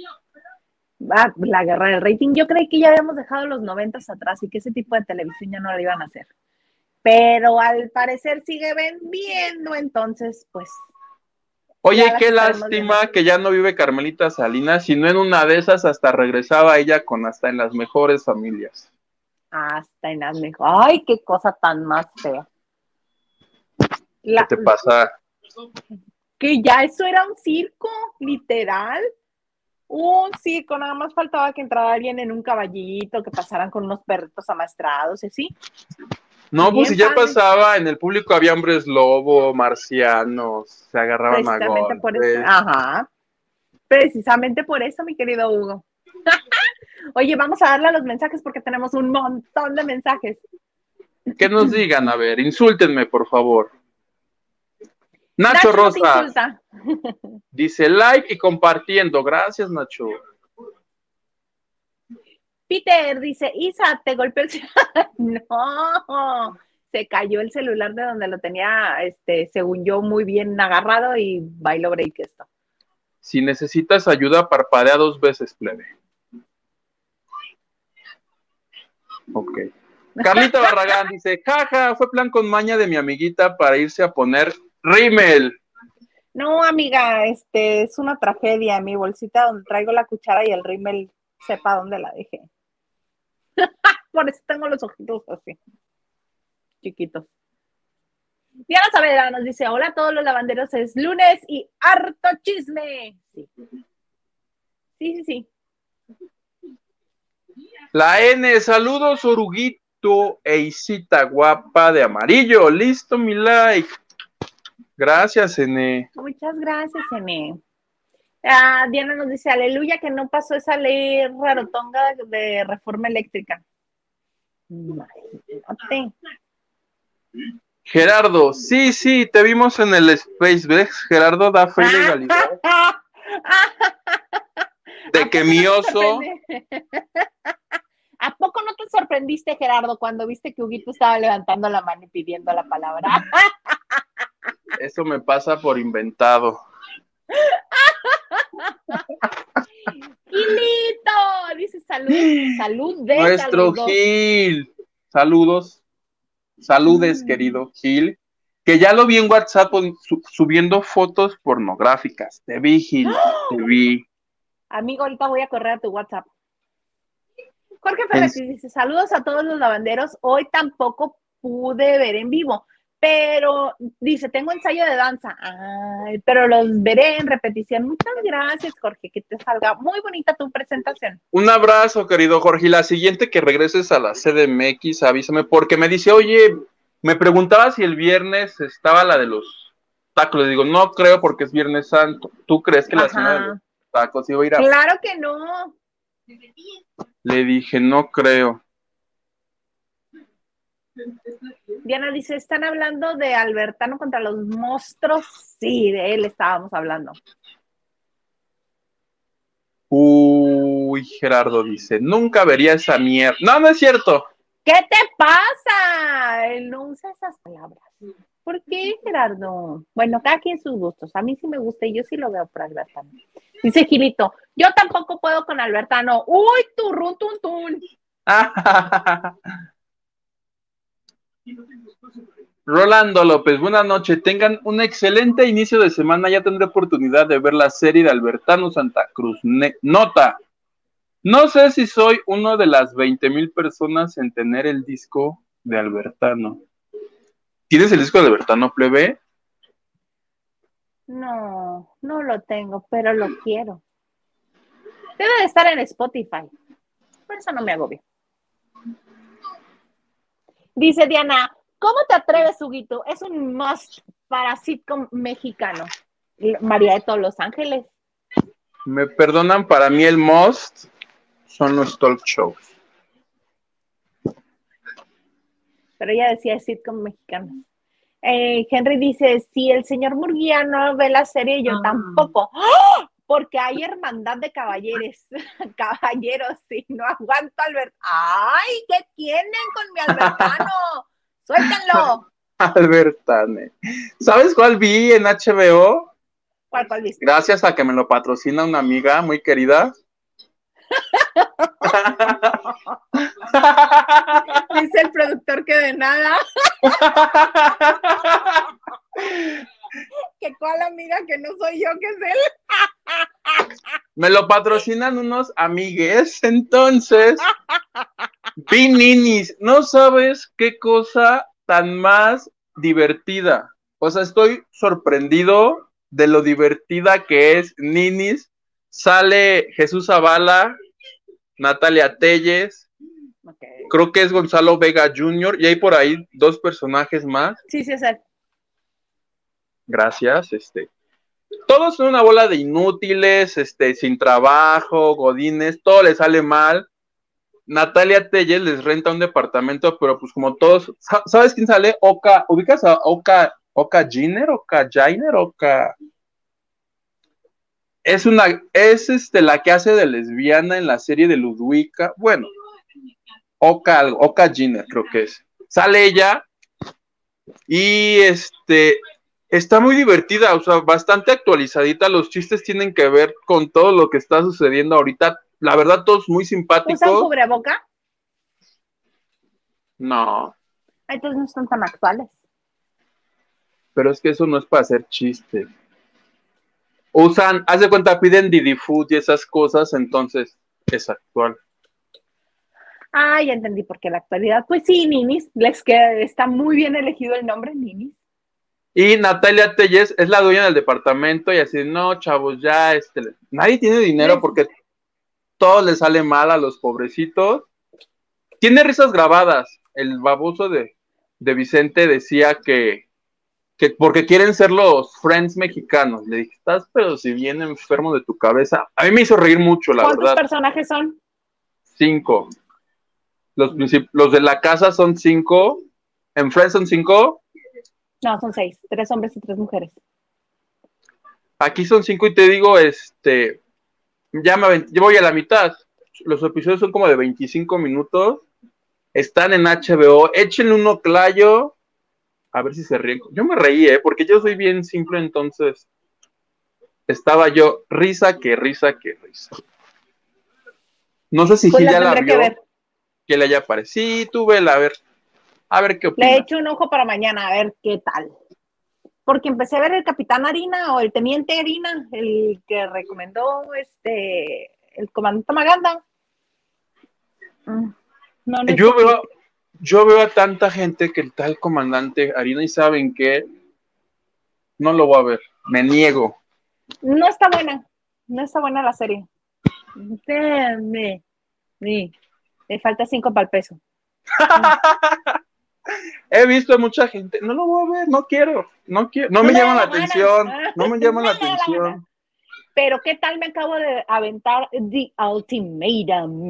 La guerra del rating, yo creí que ya habíamos dejado los 90s atrás y que ese tipo de televisión ya no la iban a hacer. Pero al parecer sigue vendiendo, entonces, pues. Oye, qué lástima que ya no vive Carmelita Salinas, sino en una de esas hasta regresaba ella con hasta en las mejores familias. Hasta en las mejores. Ay, qué cosa tan más fea. ¿Qué te pasa? Que ya eso era un circo, literal. Un circo, nada más faltaba que entrara alguien en un caballito, que pasaran con unos perritos amaestrados y así. No, pues si ya pasaba, en el público había hombres lobo, marcianos, se agarraban a golpes. Por eso. Ajá. Precisamente por eso, mi querido Hugo. Oye, vamos a darle a los mensajes porque tenemos un montón de mensajes. Que nos digan, a ver, insúltenme, por favor. Nacho Rosas dice like y compartiendo. Gracias, Nacho. Peter dice, Isa, te golpeó el celular. No, se cayó el celular de donde lo tenía, según yo, muy bien agarrado y bailo break esto. Si necesitas ayuda, parpadea 2 veces, plebe. Ok. Carlita Barragán dice, jaja, fue plan con maña de mi amiguita para irse a poner rímel. No, amiga, es una tragedia. Mi bolsita donde traigo la cuchara y el rímel, sepa dónde la dejé. Por eso tengo los ojitos así, chiquitos. Diana Saavedra nos dice, hola a todos los lavanderos, es lunes y harto chisme. Sí. La N, saludos, Oruguito e Isita guapa de amarillo. Listo, mi like. Gracias, N. Muchas gracias, N. Diana nos dice, aleluya, que no pasó esa ley rarotonga de reforma eléctrica. Imagínate. Gerardo, sí, te vimos en el SpaceX. Gerardo da fe y legalidad. De que mi oso. ¿A poco no te sorprendiste, Gerardo, cuando viste que Huguito estaba levantando la mano y pidiendo la palabra? Eso me pasa por inventado. Gilito, dice salud de nuestro saludos. Gil. Saludes, querido Gil. Que ya lo vi en WhatsApp subiendo fotos pornográficas. Te vi, Gil, te vi. Amigo, ahorita voy a correr a tu WhatsApp. Jorge Ferretti dice, saludos a todos los lavanderos. Hoy tampoco pude ver en vivo, pero dice, tengo ensayo de danza. Ay, pero los veré en repetición. Muchas gracias, Jorge, que te salga muy bonita tu presentación. Un abrazo, querido Jorge. Y la siguiente que regreses a la CDMX, avísame, porque me dice, oye, me preguntaba si el viernes estaba la de los tacos. Le digo, no creo porque es Viernes Santo. ¿Tú crees que la cena de los tacos iba a ir a...? Claro que no. Le dije, no creo. Diana dice, ¿están hablando de Albertano contra los monstruos? Sí, de él estábamos hablando. Uy, Gerardo dice, nunca vería esa mierda. No es cierto. ¿Qué te pasa? Él no usa esas palabras. ¿Por qué, Gerardo? Bueno, cada quien sus gustos. A mí sí me gusta y yo sí lo veo por Albertano. Dice Gilito, yo tampoco puedo con Albertano. ¡Uy, turrún, tun, tun! Rolando López, buenas noches. Tengan un excelente inicio de semana. Ya tendré oportunidad de ver la serie de Albertano Santa Cruz. Nota. No sé si soy uno de las 20,000 personas en tener el disco de Albertano. ¿Tienes el disco de Albertano, plebe? No lo tengo, pero lo quiero. Debe de estar en Spotify. Por eso no me agobio. Dice Diana, ¿cómo te atreves, Huguito? Es un must para sitcom mexicano? María de todos los Ángeles. Me perdonan, para mí el most son los talk shows. Pero ella decía sitcom mexicano. Henry dice, si el señor Murguía no ve la serie, yo tampoco. ¡Oh! Porque hay hermandad de caballeros. Caballeros, sí, no aguanto Albert. ¡Ay! ¿Qué tienen con mi Albertano? ¡Suéltenlo! Albertane. ¿Sabes cuál vi en HBO? ¿Cuál viste? Gracias a que me lo patrocina una amiga muy querida. Dice el productor que de nada. ¿Que cuál amiga que no soy yo, que es él? Me lo patrocinan unos amigues, entonces vi Ninis. No sabes qué cosa tan más divertida. O sea, estoy sorprendido de lo divertida que es Ninis. Sale Jesús Zavala, Natalia Telles, Okay. Creo que es Gonzalo Vega Jr. y hay por ahí 2 personajes más. Sí, es él. Gracias. Todos son una bola de inútiles, sin trabajo, godines, todo les sale mal. Natalia Telles les renta un departamento, pero pues como todos, ¿sabes quién sale? Oka, ¿ubicas a Oka Jiner? Oka Jainer, Oka. Es la que hace de lesbiana en la serie de Ludwika. Bueno, Oka Jiner, creo que es. Sale ella y está muy divertida, o sea, bastante actualizadita. Los chistes tienen que ver con todo lo que está sucediendo ahorita. La verdad, todos muy simpáticos. ¿Usan cubreboca? No. Entonces no están tan actuales. Pero es que eso no es para hacer chistes. Haz de cuenta, piden Didi Food y esas cosas, entonces es actual. Ah, ya entendí por qué la actualidad. Pues sí, Ninis, está muy bien elegido el nombre, Ninis. Y Natalia Telles es la dueña del departamento y así, no, chavos, ya, nadie tiene dinero porque todo le sale mal a los pobrecitos. Tiene risas grabadas. El baboso de Vicente decía que porque quieren ser los Friends mexicanos. Le dije, estás pero si bien enfermo de tu cabeza. A mí me hizo reír mucho, la verdad. ¿Cuántos personajes son? 5. Los de la casa son 5. ¿En Friends son 5? No, son 6. 3 hombres y 3 mujeres. Aquí son 5 y te digo, yo voy a la mitad. Los episodios son como de 25 minutos. Están en HBO. Échenle un oclayo. A ver si se ríen. Yo me reí, porque yo soy bien simple, entonces estaba yo risa que risa. No sé si pues Gil ya la vio, que le haya parecido. Sí, tú vela, a ver qué opinas. Le echo un ojo para mañana, a ver qué tal. Porque empecé a ver el Capitán Harina o el Teniente Harina, el que recomendó el comandante Maganda. No, yo veo a tanta gente que el tal comandante Harina y saben que no lo voy a ver, me niego. No está buena la serie. Me falta 5 para el peso. He visto a mucha gente, no lo voy a ver, no quiero, no me llama la atención, no me llama la atención. Pero ¿qué tal me acabo de aventar The Ultimatum?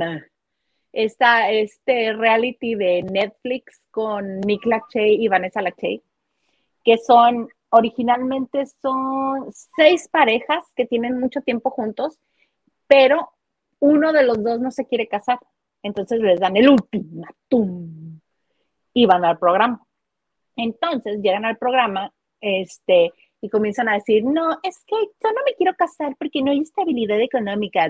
Reality de Netflix con Nick Lachey y Vanessa Lachey, que originalmente son 6 parejas que tienen mucho tiempo juntos, pero uno de los 2 no se quiere casar, entonces les dan el ultimátum y van al programa. Entonces llegan al programa y comienzan a decir, no, es que yo no me quiero casar porque no hay estabilidad económica.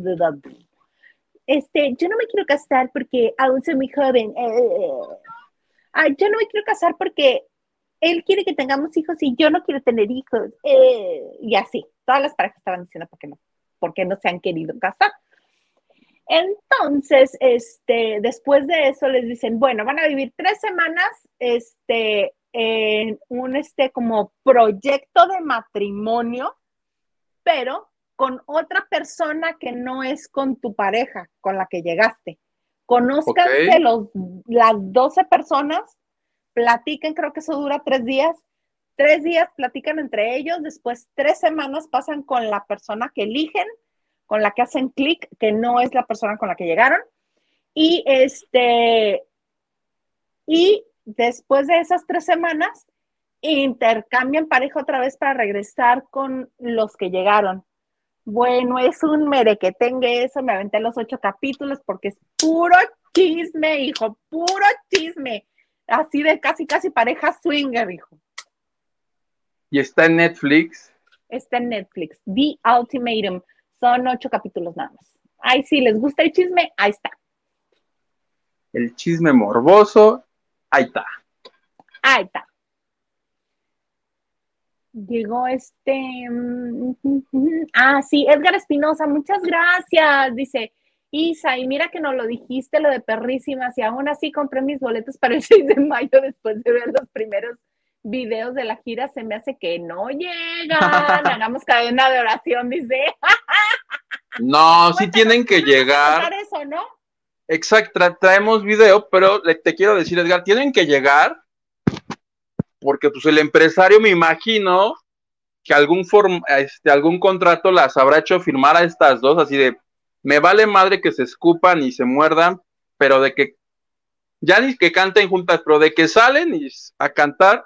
Yo no me quiero casar porque aún soy muy joven. Yo no me quiero casar porque él quiere que tengamos hijos y yo no quiero tener hijos. Y así, todas las parejas estaban diciendo porque no se han querido casar. Entonces, después de eso les dicen, bueno, van a vivir 3 semanas, en un, como proyecto de matrimonio, pero con otra persona que no es con tu pareja, con la que llegaste. Conózcanse las 12 personas, platiquen, creo que eso dura 3 días, 3 días platican entre ellos, después 3 semanas pasan con la persona que eligen, con la que hacen clic, que no es la persona con la que llegaron, y y después de esas 3 semanas intercambian pareja otra vez para regresar con los que llegaron. Bueno, es un merequetengue eso, me aventé los 8 capítulos porque es puro chisme, hijo, puro chisme. Así de casi pareja swinger, hijo. Y está en Netflix. Está en Netflix. The Ultimatum. Son 8 capítulos nada más. Ay, si les gusta el chisme, ahí está. El chisme morboso, ahí está. Ahí está. Llegó sí, Edgar Espinosa, muchas gracias. Dice, Isa, y mira que no lo dijiste, lo de perrísimas, y aún así compré mis boletos para el 6 de mayo después de ver los primeros videos de la gira. Se me hace que no llegan. Hagamos cadena de oración, dice. No, sí tienen que llegar. Eso, ¿no? Exacto, traemos video, pero te quiero decir, Edgar, tienen que llegar porque pues el empresario, me imagino que algún contrato las habrá hecho firmar a estas dos, así de, me vale madre que se escupan y se muerdan, pero de que, ya ni que canten juntas, pero de que salen a cantar,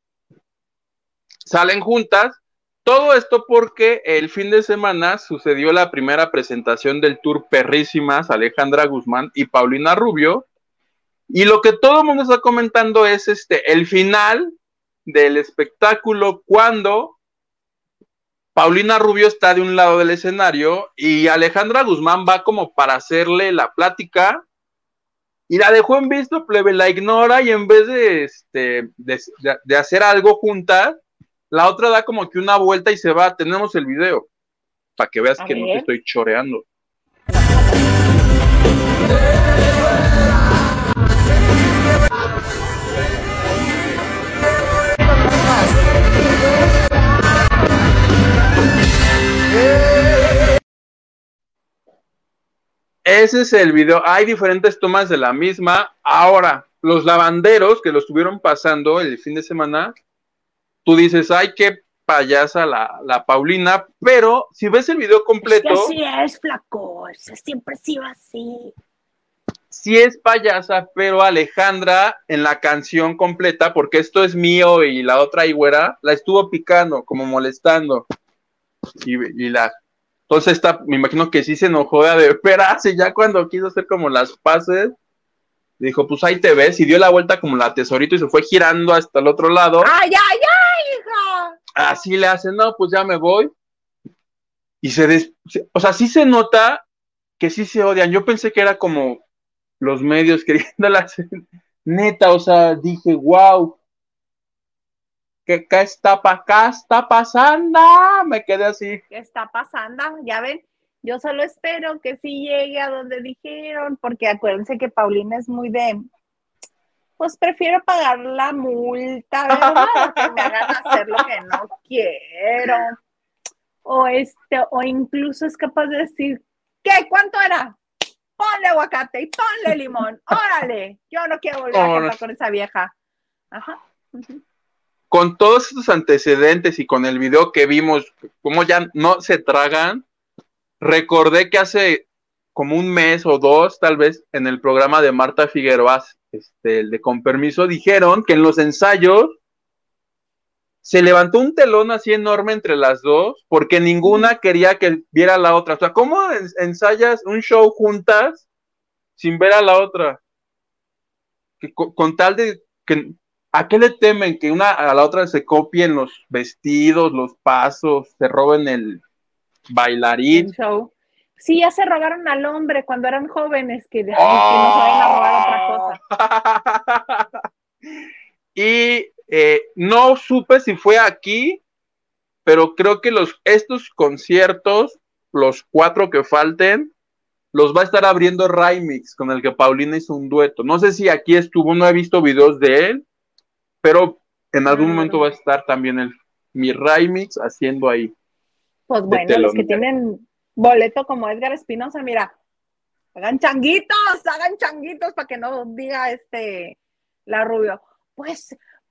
salen juntas. Todo esto porque el fin de semana sucedió la primera presentación del tour Perrísimas, Alejandra Guzmán y Paulina Rubio, y lo que todo el mundo está comentando es el final del espectáculo, cuando Paulina Rubio está de un lado del escenario y Alejandra Guzmán va como para hacerle la plática y la dejó en visto, plebe, la ignora, y en vez de hacer algo juntas, la otra da como que una vuelta y se va. Tenemos el video para que veas que no te estoy choreando. Ese es el video. Hay diferentes tomas de la misma. Ahora, los lavanderos que lo estuvieron pasando el fin de semana, tú dices, ay, qué payasa la Paulina, pero si ves el video completo... Es que así es, flaco, siempre ha sido así. Sí es payasa, pero Alejandra en la canción completa, porque esto es mío y la otra güera, la estuvo picando, como molestando. Entonces me imagino que sí se enojó de veras, y ya cuando quiso hacer como las paces, dijo, pues ahí te ves, y dio la vuelta como la tesorito y se fue girando hasta el otro lado. ¡Ay, hija! Así le hacen, no, pues ya me voy. Y o sea, sí se nota que sí se odian. Yo pensé que era como los medios queriéndola hacer. Neta, o sea, dije, wow, ¿qué está pasando? Me quedé así. ¿Qué está pasando? Ya ven, yo solo espero que sí llegue a donde dijeron, porque acuérdense que Paulina es muy pues prefiero pagar la multa, ¿verdad? Que me hagan hacer lo que no quiero. O incluso es capaz de decir, ¿qué? ¿Cuánto era? Ponle aguacate y ponle limón. Órale, yo no quiero volver a cantar con esa vieja. Ajá. Con todos estos antecedentes y con el video que vimos, como ya no se tragan, recordé que hace como un mes o dos, tal vez, en el programa de Marta Figueroa, el de Con Permiso, dijeron que en los ensayos se levantó un telón así enorme entre las dos, porque ninguna quería que viera a la otra. O sea, ¿cómo ensayas un show juntas sin ver a la otra? Que con tal de que... ¿A qué le temen? Que una a la otra se copien los vestidos, los pasos, se roben el bailarín. El show. Sí, ya se robaron al hombre cuando eran jóvenes, que no se vayan a robar otra cosa. Y no supe si fue aquí, pero creo que estos conciertos, los 4 que falten, los va a estar abriendo Rymix, con el que Paulina hizo un dueto. No sé si aquí estuvo, no he visto videos de él, pero en algún momento va a estar también mi Rymix haciendo ahí. Pues bueno, los que tienen boleto como Edgar Espinosa, mira, hagan changuitos para que no diga la Rubio. Pues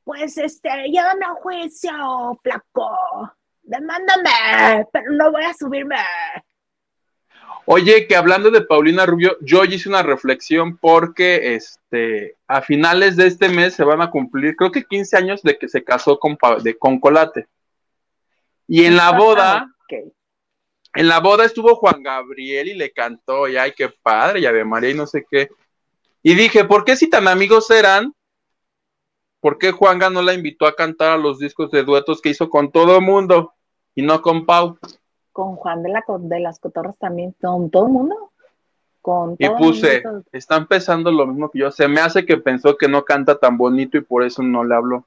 pues llévame a juicio, flaco, demándame, pero no voy a subirme. Oye, que hablando de Paulina Rubio, yo hice una reflexión porque a finales de este mes se van a cumplir, creo que 15 años de que se casó con Colate. Y Ok. en la boda estuvo Juan Gabriel y le cantó, y ay, qué padre, y Ave María y no sé qué. Y dije, ¿por qué si tan amigos eran? ¿Por qué Juanga no la invitó a cantar a los discos de duetos que hizo con todo el mundo y no con Pau? Con Juan de las Cotorras también, con todo el mundo. Con Y todo el mundo puse, hizo. está empezando lo mismo que yo. Se me hace que pensó que no canta tan bonito y por eso no le habló.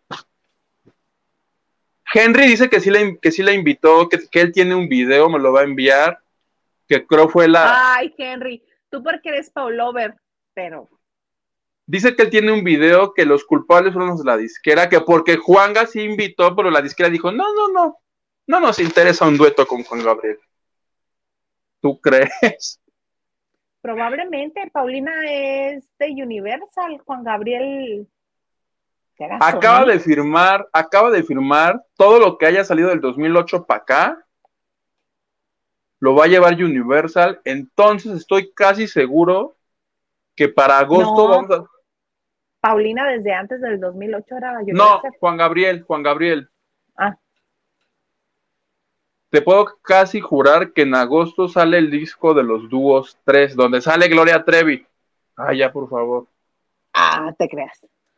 Henry dice que sí la invitó, que él tiene un video, me lo va a enviar, que creo fue Ay, Henry, tú porque eres Paulover, pero... Dice que él tiene un video que los culpables fueron los de la disquera, que porque Juanga sí invitó, pero la disquera dijo, no nos interesa un dueto con Juan Gabriel. ¿Tú crees? Probablemente Paulina es de Universal, Juan Gabriel será Acaba Sony. de firmar todo lo que haya salido del 2008 para acá, lo va a llevar Universal, entonces estoy casi seguro que para agosto No, vamos a... Paulina desde antes del 2008 era No, Universal. Juan Gabriel. Ah, Te puedo casi jurar que en agosto sale el disco de los dúos 3, donde sale Gloria Trevi. Ay, ya, por favor. te creas.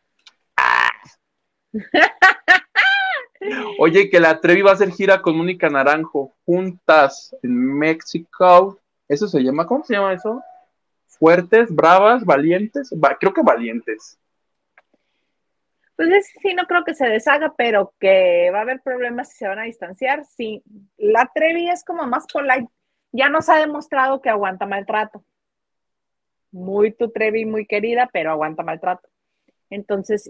Oye, que la Trevi va a hacer gira con Mónica Naranjo, juntas en México. ¿Eso se llama? ¿Cómo se llama eso? Fuertes, bravas, valientes. Creo que valientes. Pues sí, no creo que se deshaga, pero que va a haber problemas si se van a distanciar. Sí, la Trevi es como más polite. Ya nos ha demostrado que aguanta maltrato. Muy tu Trevi, muy querida, pero aguanta maltrato. Entonces,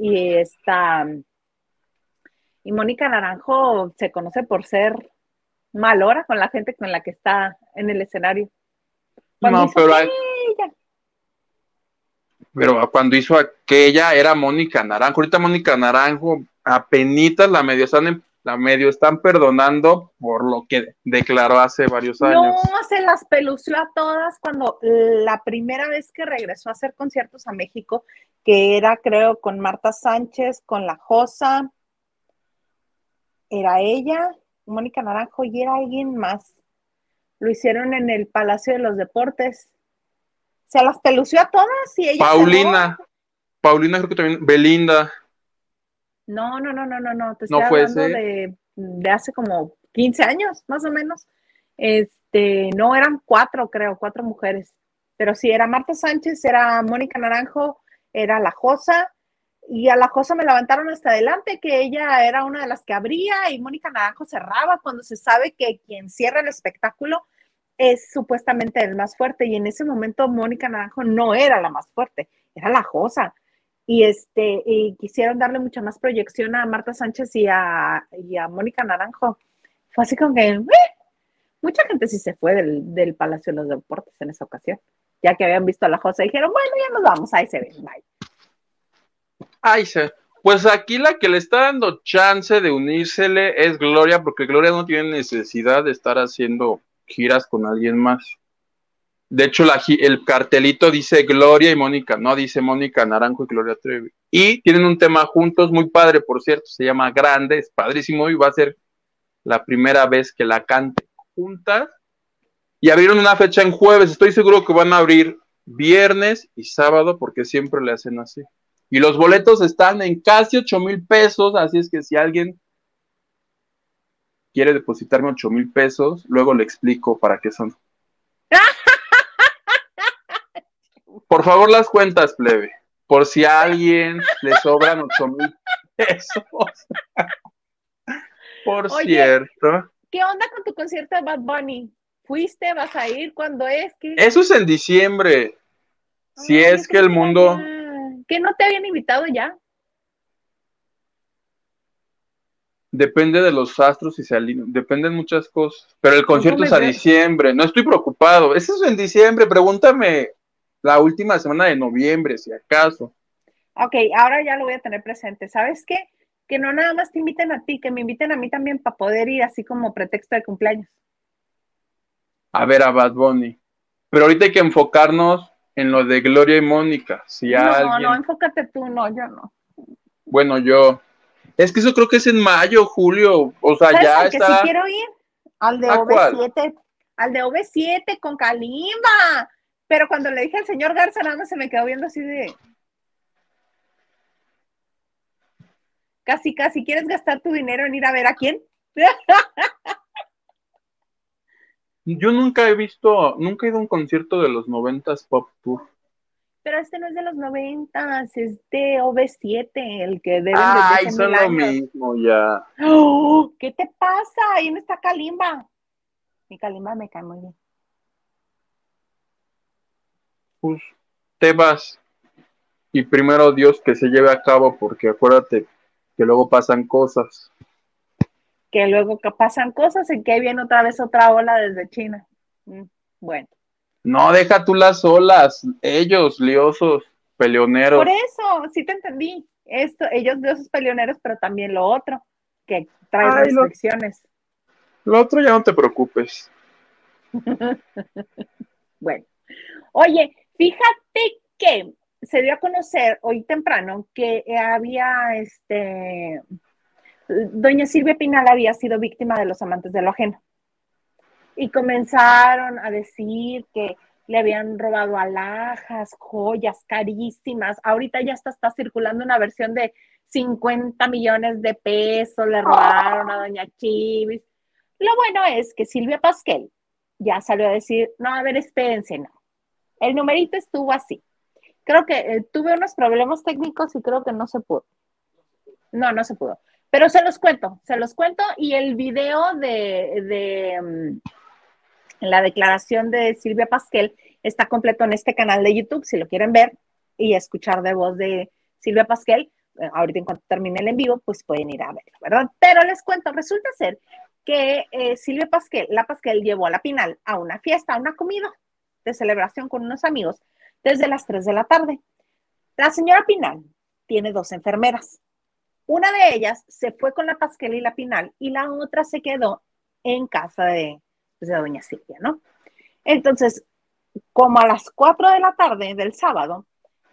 y Mónica Naranjo se conoce por ser malora con la gente con la que está en el escenario. Cuando No, hizo aquella. pero cuando hizo aquella era Mónica Naranjo. Ahorita Mónica Naranjo apenitas la medio están perdonando por lo que declaró hace varios años. No, se las pelució a todas cuando la primera vez que regresó a hacer conciertos a México, que era creo con Marta Sánchez, con La Josa, era ella, Mónica Naranjo y era alguien más. Lo hicieron en el Palacio de los Deportes. Se las pelució a todas y ella Paulina creo que también, Belinda. No, te No estoy fue hablando ese. de hace como 15 años, más o menos. No, eran cuatro mujeres. Pero sí, era Marta Sánchez, era Mónica Naranjo, era La Josa, y a La Josa me levantaron hasta adelante, que ella era una de las que abría, y Mónica Naranjo cerraba cuando se sabe que quien cierra el espectáculo es supuestamente el más fuerte, y en ese momento Mónica Naranjo no era la más fuerte, era La Josa. Y quisieron darle mucha más proyección a Marta Sánchez y a Mónica Naranjo. Fue así como que mucha gente sí se fue del Palacio de los Deportes en esa ocasión, ya que habían visto a La Josa y dijeron, bueno, ya nos vamos, ahí se ven, bye. Pues aquí la que le está dando chance de unírsele es Gloria, porque Gloria no tiene necesidad de estar haciendo giras con alguien más. De hecho, el cartelito dice Gloria y Mónica, no dice Mónica Naranjo y Gloria Trevi. Y tienen un tema juntos muy padre, por cierto, se llama Grande, es padrísimo y va a ser la primera vez que la cante juntas. Y abrieron una fecha en jueves, estoy seguro que van a abrir viernes y sábado porque siempre le hacen así. Y los boletos están en casi 8,000 pesos, así es que si alguien quiere depositarme 8,000 pesos, luego le explico para qué son. Por favor, las cuentas, plebe. Por si a alguien le sobran 8,000 pesos. Por Oye, cierto. ¿qué onda con tu concierto de Bad Bunny? ¿Fuiste? ¿Vas a ir? ¿Cuándo es? ¿Qué? Eso es en diciembre. Si es que el mundo... ¿Que no te habían invitado ya? Depende de los astros y se alinean. Dependen muchas cosas. Pero el concierto es a diciembre. No estoy preocupado. Eso es en diciembre. Pregúntame la última semana de noviembre, si acaso. Ok, ahora ya lo voy a tener presente. ¿Sabes qué? Que no nada más te inviten a ti, que me inviten a mí también para poder ir así como pretexto de cumpleaños. A ver a Bad Bunny. Pero ahorita hay que enfocarnos en lo de Gloria y Mónica. Si No, no, alguien, enfócate tú, no, yo no. bueno, yo, es que eso creo que es en mayo, julio, o sea, ¿Sabes ya al que sí estará. quiero ir? Al de ¿A cuál? OV7, al de OV7 con Kalimba. Pero cuando le dije al señor Garza, nada más se me quedó viendo así de, casi, casi, ¿quieres gastar tu dinero en ir a ver a quién? Yo nunca he ido a un concierto de los 90s Pop Tour. Pero este no es de los 90, es de OV7, el que deben desde Ay, hace son 1000 lo años. mismo ya. ¡Oh! ¿Qué te pasa? Ahí no está Kalimba. Mi Kalimba me cae muy bien. Pues te vas y primero Dios que se lleve a cabo porque acuérdate que luego pasan cosas. Que luego que pasan cosas y que viene otra vez otra ola desde China. Bueno. No, deja tú las olas, ellos, liosos, Por peleoneros. eso, sí te entendí. Esto, ellos de esos peleoneros, pero también lo otro, que trae Ay, restricciones. lo otro ya no te preocupes. Bueno, oye, fíjate que se dio a conocer hoy temprano que había, doña Silvia Pinal había sido víctima de los amantes de lo ajeno. Y comenzaron a decir que le habían robado alhajas, joyas carísimas. Ahorita ya está circulando una versión de 50 millones de pesos, le robaron a doña Chivis. Lo bueno es que Silvia Pasquel ya salió a decir, no, a ver, espérense, no. El numerito estuvo así. Creo que tuve unos problemas técnicos y creo que no se pudo. No, no se pudo. Pero se los cuento y el video de la declaración de Silvia Pasquel está completo en este canal de YouTube, si lo quieren ver y escuchar de voz de Silvia Pasquel. Ahorita en cuanto termine el en vivo, pues pueden ir a verlo, ¿verdad? Pero les cuento, resulta ser que Silvia Pasquel, la Pasquel llevó a la Pinal a una fiesta, a una comida de celebración con unos amigos desde las 3 de la tarde. La señora Pinal tiene 2 enfermeras. Una de ellas se fue con la Pasquel y la Pinal y la otra se quedó en casa de doña Silvia, ¿no? Entonces, como a las 4 de la tarde del sábado,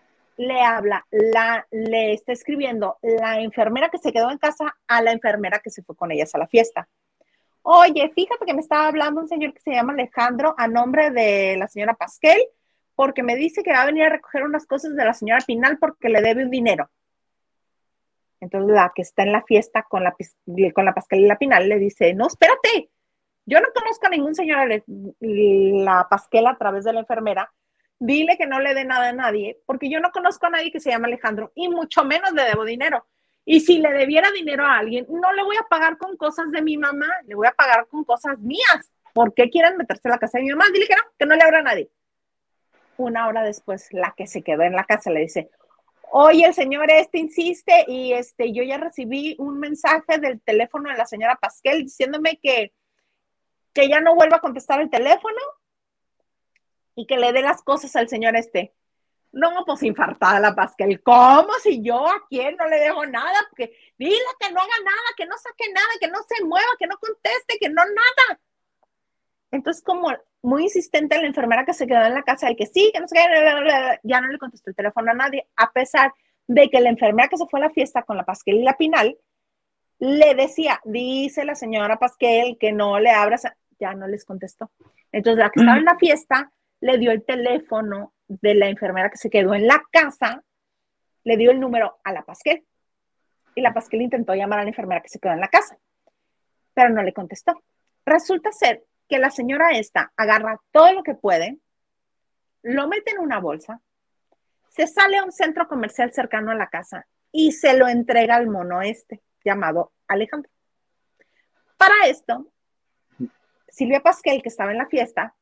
le está escribiendo la enfermera que se quedó en casa a la enfermera que se fue con ellas a la fiesta. Oye, fíjate que me estaba hablando un señor que se llama Alejandro a nombre de la señora Pasquel, porque me dice que va a venir a recoger unas cosas de la señora Pinal porque le debe un dinero. Entonces la que está en la fiesta con la Pasquel y la Pinal le dice, no, espérate, yo no conozco a ningún señor la Pasquel a través de la enfermera, dile que no le dé nada a nadie, porque yo no conozco a nadie que se llame Alejandro, y mucho menos le debo dinero. Y si le debiera dinero a alguien, no le voy a pagar con cosas de mi mamá, le voy a pagar con cosas mías. ¿Por qué quieren meterse en la casa de mi mamá? Dile que no le abra a nadie. Una hora después, la que se quedó en la casa le dice, oye, el señor insiste y yo ya recibí un mensaje del teléfono de la señora Pasquel diciéndome que ya no vuelva a contestar el teléfono y que le dé las cosas al señor No, pues infartada la Pasquel. ¿Cómo si yo a quién no le dejo nada? Porque dile que no haga nada, que no saque nada, que no se mueva, que no conteste, que no nada. Entonces, como muy insistente la enfermera que se quedó en la casa de que sí, que no sé qué, ya no le contestó el teléfono a nadie, a pesar de que la enfermera que se fue a la fiesta con la Pasquel y la Pinal le decía, dice la señora Pasquel que no le abras, ya no les contestó. Entonces la que estaba en la fiesta le dio el teléfono de la enfermera que se quedó en la casa, le dio el número a la Pasquel. Y la Pasquel intentó llamar a la enfermera que se quedó en la casa, pero no le contestó. Resulta ser que la señora agarra todo lo que puede, lo mete en una bolsa, se sale a un centro comercial cercano a la casa y se lo entrega al mono llamado Alejandro. Para esto, Silvia Pasquel, que estaba en la fiesta,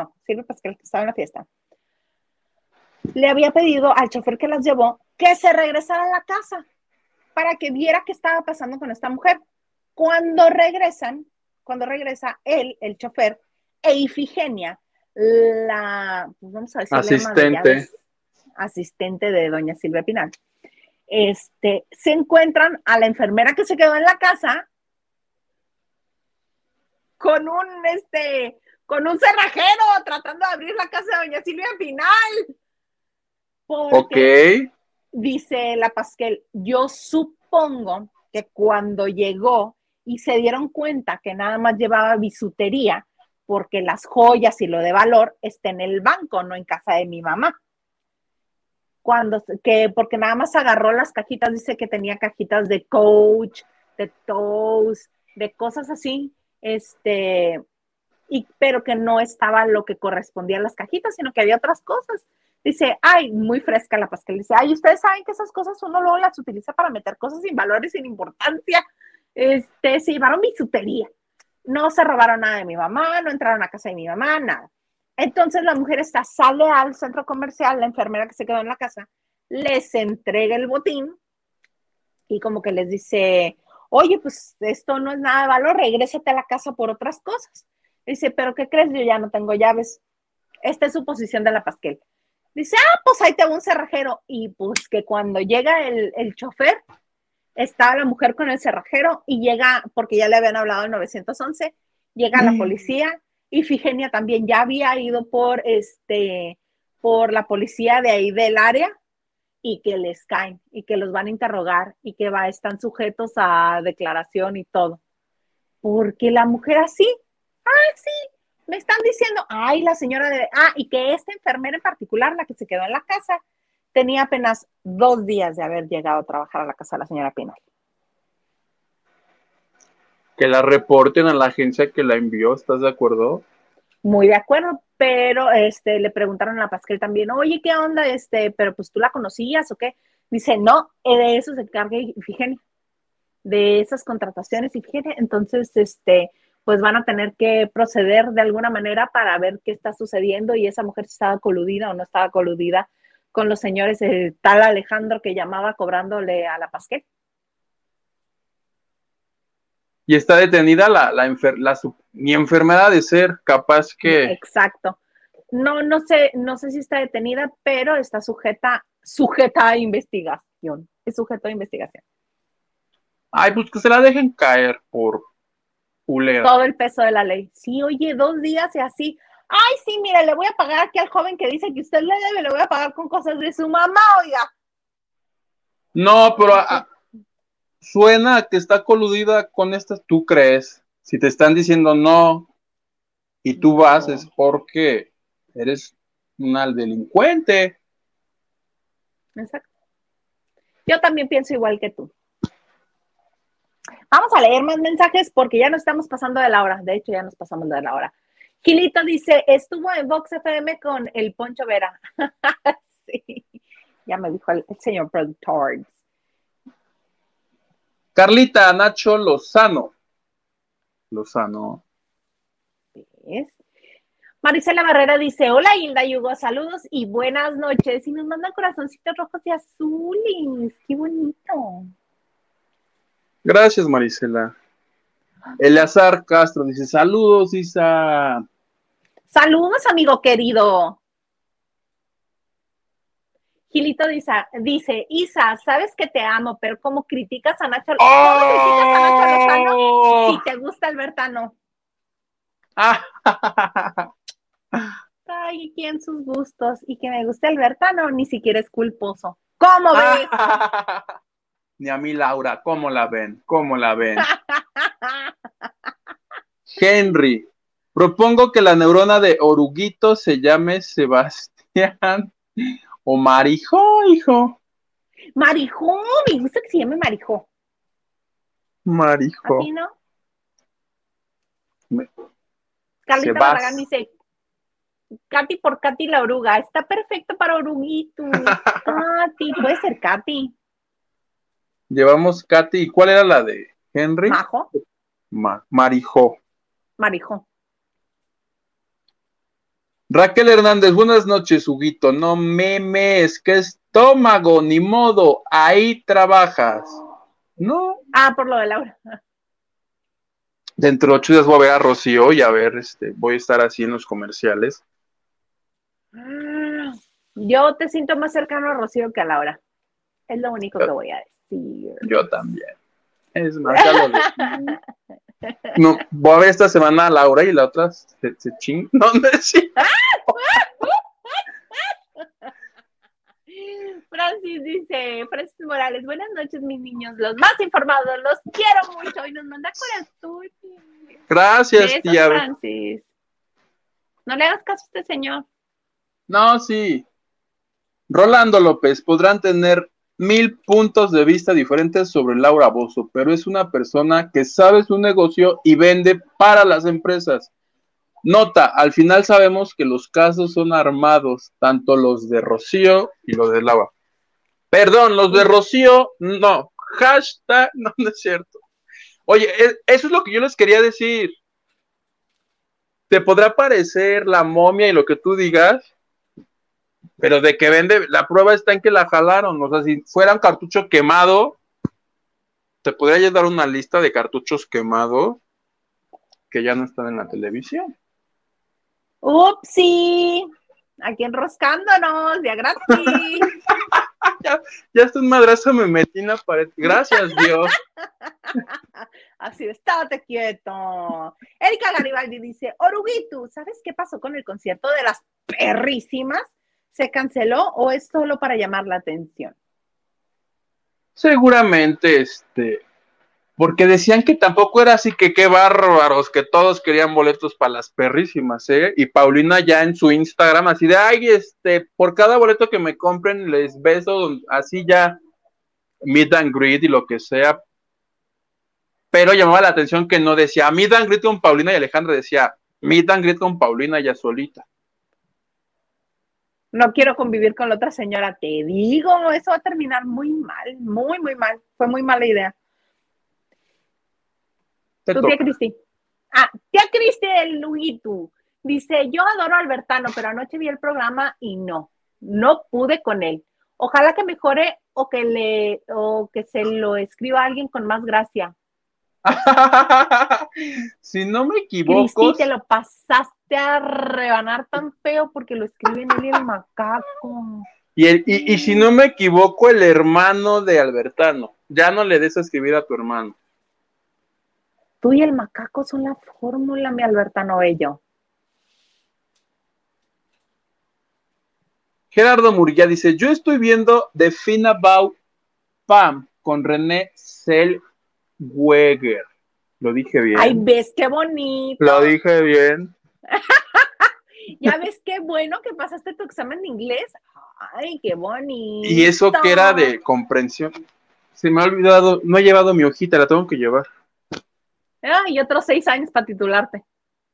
le había pedido al chofer que las llevó que se regresara a la casa para que viera qué estaba pasando con esta mujer. Cuando regresa él, el chofer, e Ifigenia, pues vamos a decirle ama de Asistente. llaves, asistente de doña Silvia Pinal, se encuentran a la enfermera que se quedó en la casa con un cerrajero tratando de abrir la casa de doña Silvia Pinal. Porque, dice la Pasquel, yo supongo que cuando llegó y se dieron cuenta que nada más llevaba bisutería, porque las joyas y lo de valor está en el banco, no en casa de mi mamá. Porque nada más agarró las cajitas, dice que tenía cajitas de Coach, de Toast, de cosas así, pero que no estaba lo que correspondía a las cajitas, sino que había otras cosas. Dice, ay, muy fresca la Pascal, dice, ay, ustedes saben que esas cosas uno luego las utiliza para meter cosas sin valor y sin importancia. Se llevaron bisutería. No se robaron nada de mi mamá, no entraron a casa de mi mamá, nada. Entonces la mujer sale al centro comercial, la enfermera que se quedó en la casa, les entrega el botín y como que les dice, oye, pues esto no es nada de valor, regrésate a la casa por otras cosas. Dice, ¿pero qué crees? Yo ya no tengo llaves. Esta es su posición de la Pasquel. Dice, pues ahí te hago un cerrajero. Y pues que cuando llega el chofer, está la mujer con el cerrajero y llega, porque ya le habían hablado al 911, llega la policía. Y Figenia también ya había ido por la policía de ahí del área y que les caen y que los van a interrogar y que están sujetos a declaración y todo. Porque la mujer así, sí, me están diciendo, la señora y que esta enfermera en particular, la que se quedó en la casa, tenía apenas 2 días de haber llegado a trabajar a la casa de la señora Pinal. Que la reporten a la agencia que la envió, ¿estás de acuerdo? Muy de acuerdo, pero le preguntaron a la Pasquel también, oye, ¿qué onda? Pero pues tú la conocías o qué. Dice, no, de eso se encarga Ifigenia, de esas contrataciones Ifigenia. Entonces, pues van a tener que proceder de alguna manera para ver qué está sucediendo y esa mujer si estaba coludida o no estaba coludida con los señores, tal Alejandro que llamaba cobrándole a la Pasquel. Y está detenida mi enfermedad de ser, capaz que... Exacto. No sé si está detenida, pero está sujeta a investigación. Es sujeto a investigación. Ay, pues que se la dejen caer por culera. Todo el peso de la ley. Sí, oye, 2 días y así. Ay, sí, mira, le voy a pagar aquí al joven que dice que usted le debe, le voy a pagar con cosas de su mamá, oiga. No, pero suena que está coludida con estas, ¿tú crees? Si te están diciendo no y tú vas, es porque eres una delincuente. Exacto. Yo también pienso igual que tú. Vamos a leer más mensajes porque ya nos estamos pasando de la hora. De hecho, ya nos pasamos de la hora. Gilito dice, estuvo en Vox FM con el Poncho Vera. Sí, ya me dijo el señor productor. Carlita Nacho Lozano. ¿Ves? Marisela Barrera dice, hola Hilda y Hugo, saludos y buenas noches. Y nos mandan corazoncitos rojos y azules. ¡Qué bonito! Gracias, Marisela. Eleazar Castro dice, saludos, Isa. Saludos, amigo querido. Gilito dice, Isa, sabes que te amo, pero ¿cómo criticas a Nacho? ¿Cómo criticas a Nacho Lozano si te gusta Albertano? Ay, ¿quién sus gustos? Y que me guste Albertano ni siquiera es culposo. ¿Cómo ves? Ni a mí, Laura, ¿cómo la ven? Henry, propongo que la neurona de Oruguito se llame Sebastián o Marijó, hijo. Marijó, me gusta que se llame Marijó. Marijó. ¿A ti no? Carlita Barragán dice, Katy por Katy la oruga, está perfecto para Oruguito. Katy, puede ser Katy. Llevamos Katy, ¿y cuál era la de Henry? Majo. Marijó. Marijó. Raquel Hernández, buenas noches, Huguito. No memes, qué estómago, ni modo, ahí trabajas. No. Por lo de Laura. Dentro de 8 días voy a ver a Rocío y a ver, voy a estar así en los comerciales. Yo te siento más cercano a Rocío que a Laura. Es lo único que voy a decir. Yo también. Es más, ya lo dije. No, voy a ver esta semana a Laura y la otra se ching. No, sí. Francis Morales, buenas noches, mis niños, los más informados, los quiero mucho. Y nos manda corazón. Gracias, besos, tía. Francis. No le hagas caso a este señor. No, sí. Rolando López, podrán tener 1000 puntos de vista diferentes sobre Laura Bozzo, pero es una persona que sabe su negocio y vende para las empresas. Nota, al final sabemos que los casos son armados, tanto los de Rocío y los de Laura. Perdón, los de Rocío, no. Hashtag, no, no es cierto. Oye, eso es lo que yo les quería decir. Te podrá parecer la momia y lo que tú digas, pero de que vende, la prueba está en que la jalaron. O sea, si fuera un cartucho quemado, te podría dar una lista de cartuchos quemados que ya no están en la televisión. ¡Upsi! Aquí enroscándonos, ya gratis. ya está un madrazo, me metí en la pared. Gracias, Dios. Así, estate quieto. Erika Garibaldi dice, Oruguito, ¿sabes qué pasó con el concierto de las perrísimas? ¿Se canceló o es solo para llamar la atención? Seguramente, porque decían que tampoco era así que qué bárbaros, que todos querían boletos para las perrísimas, ¿eh? Y Paulina ya en su Instagram así de, ay, por cada boleto que me compren les beso, así ya, meet and greet y lo que sea. Pero llamaba la atención que no decía meet and greet con Paulina y Alejandra, decía meet and greet con Paulina ya solita. No quiero convivir con la otra señora, te digo, eso va a terminar muy mal, muy, muy mal. Fue muy mala idea. Tu tía Cristi. Tía Cristi del Luitu. Dice, yo adoro a Albertano, pero anoche vi el programa y no pude con él. Ojalá que mejore o que se lo escriba a alguien con más gracia. Si no me equivoco. Cristi, te lo pasaste a rebanar tan feo porque lo escriben él y el macaco. Y si no me equivoco, el hermano de Albertano. Ya no le des a escribir a tu hermano. Tú y el macaco son la fórmula, mi Albertano Bello. Gerardo Murguía dice, yo estoy viendo The Fin About Pam con René Zellweger. Lo dije bien. Ay, ¿ves qué bonito? Lo dije bien. ¿Ya ves qué bueno que pasaste tu examen de inglés? Ay, qué bonito. Y eso que era de comprensión. Se me ha olvidado, no he llevado mi hojita, la tengo que llevar. Y otros 6 años para titularte.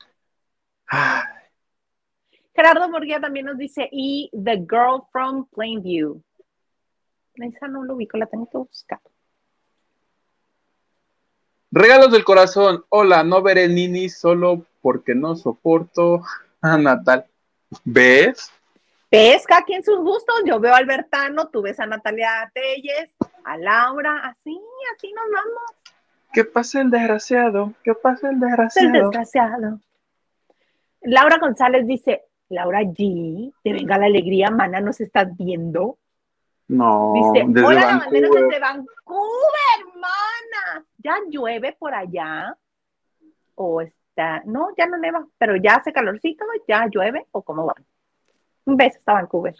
Gerardo Murguía también nos dice, y The Girl from Plainview. Esa no lo ubico, la tengo que buscar. Regalos del corazón. Hola, no veré Nini solo porque no soporto a Natal. ¿Ves? ¿Ves? Cada quien sus gustos. Yo veo a Albertano, tú ves a Natalia Telles, a Laura, así nos vamos. ¿Qué pasa el desgraciado? ¿Qué pasa el desgraciado? El desgraciado. Laura González dice, Laura G, te venga la alegría, mana, ¿nos estás viendo? No, dice, desde hola, Vancouver. lavanderos desde Vancouver, hermana. ¿Ya llueve por allá? ¿O está? No, ya no neva, pero ya hace calorcito, ya llueve, ¿o cómo va? Un beso hasta Vancouver.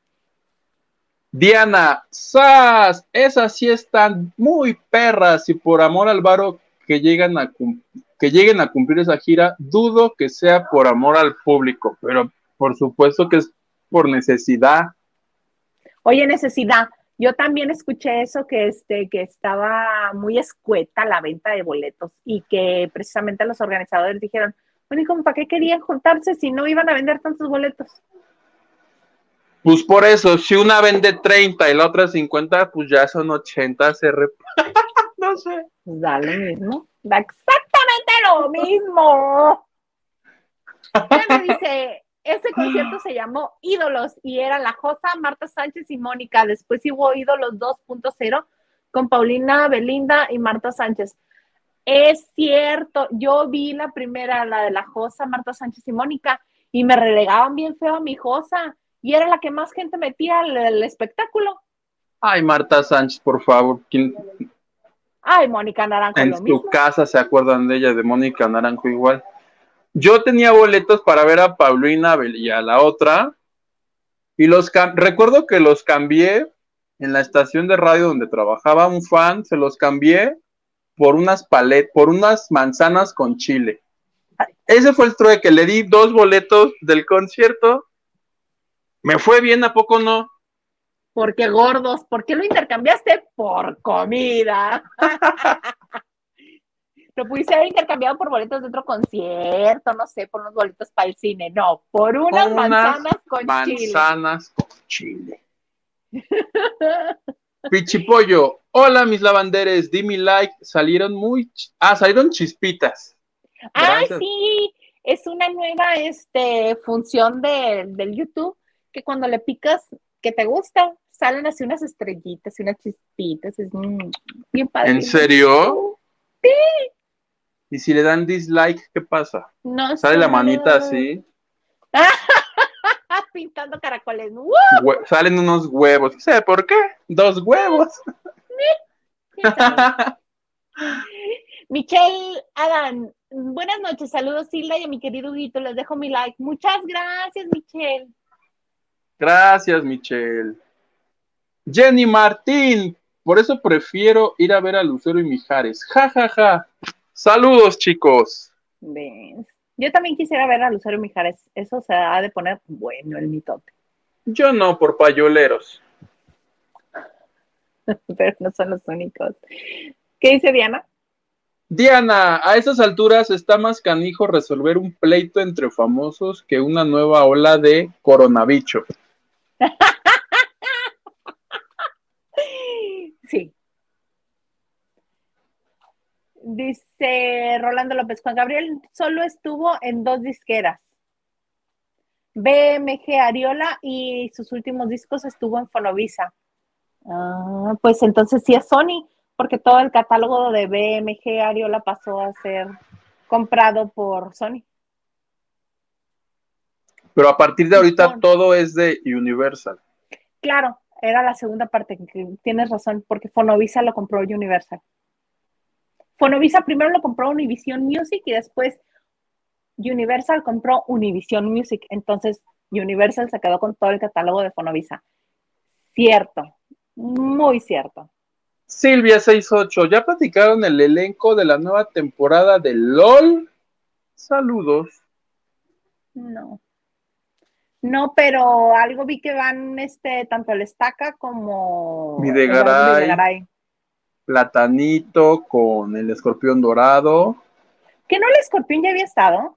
Diana, ¡zas! Esas sí están muy perras y por amor al varo que lleguen a cumplir esa gira, dudo que sea por amor al público, pero por supuesto que es por necesidad. Oye, necesidad. Yo también escuché eso, que estaba muy escueta la venta de boletos y que precisamente los organizadores dijeron, bueno, ¿y cómo para qué querían juntarse si no iban a vender tantos boletos? Pues por eso, si una vende 30 y la otra 50, pues ya son 80 no sé. Pues da lo mismo. Da exactamente lo mismo. Ya me dice, ese concierto se llamó Ídolos y era La Josa, Marta Sánchez y Mónica. Después hubo Ídolos 2.0 con Paulina, Belinda y Marta Sánchez. Es cierto, yo vi la primera, la de La Josa, Marta Sánchez y Mónica, y me relegaban bien feo a mi Josa. Y era la que más gente metía al espectáculo. Ay, Marta Sánchez, por favor. ¿Quién Ay, Mónica Naranjo, en lo su mismo. casa se acuerdan de ella, de Mónica Naranjo igual? Yo tenía boletos para ver a Paulina y a la otra, y recuerdo que los cambié en la estación de radio donde trabajaba un fan, se los cambié por por unas manzanas con chile. Ese fue el trueque, le di 2 boletos del concierto. Me fue bien, ¿a poco no? Porque gordos, ¿por qué lo intercambiaste? Por comida. Lo pudiste haber intercambiado por boletos de otro concierto, no sé, por unos boletos para el cine. No, por unas manzanas con chile. Manzanas con chile. Pichipollo, hola mis lavanderes, di mi like, salieron chispitas. Ay, Gracias. sí, es una nueva función del YouTube que cuando le picas que te gusta, salen así unas estrellitas y unas chispitas, es bien padre. ¿En serio? Sí. Y si le dan dislike, ¿qué pasa? No Sale sé. la manita así. Pintando caracoles. Salen unos huevos. No sé por qué. 2 huevos. Michelle Adán, buenas noches, saludos Hilda y a mi querido Huguito, les dejo mi like. Muchas gracias, Michelle. Gracias, Michelle. Jenny Martín, por eso prefiero ir a ver a Lucero y Mijares. Ja, ja, ja. Saludos, chicos. ¿Ves? Yo también quisiera ver a Lucero y Mijares. Eso se ha de poner bueno el mitote. Yo no, por payoleros. Pero no son los únicos. ¿Qué dice Diana? Diana, a esas alturas está más canijo resolver un pleito entre famosos que una nueva ola de coronavirus. Sí. Dice Rolando López, Juan Gabriel solo estuvo en 2 disqueras. BMG Ariola y sus últimos discos estuvo en Fonovisa. Pues entonces sí es Sony, porque todo el catálogo de BMG Ariola pasó a ser comprado por Sony. Pero a partir de ahorita todo es de Universal. Claro, era la segunda parte, que tienes razón, porque Fonovisa lo compró Universal. Fonovisa primero lo compró Univision Music y después Universal compró Univision Music. Entonces Universal se quedó con todo el catálogo de Fonovisa. Cierto, muy cierto. Silvia 68, ¿ya platicaron el elenco de la nueva temporada de LOL? Saludos. No, pero algo vi que van tanto el Estaca como Videgaray. Platanito con el escorpión dorado. ¿Que no el escorpión ya había estado?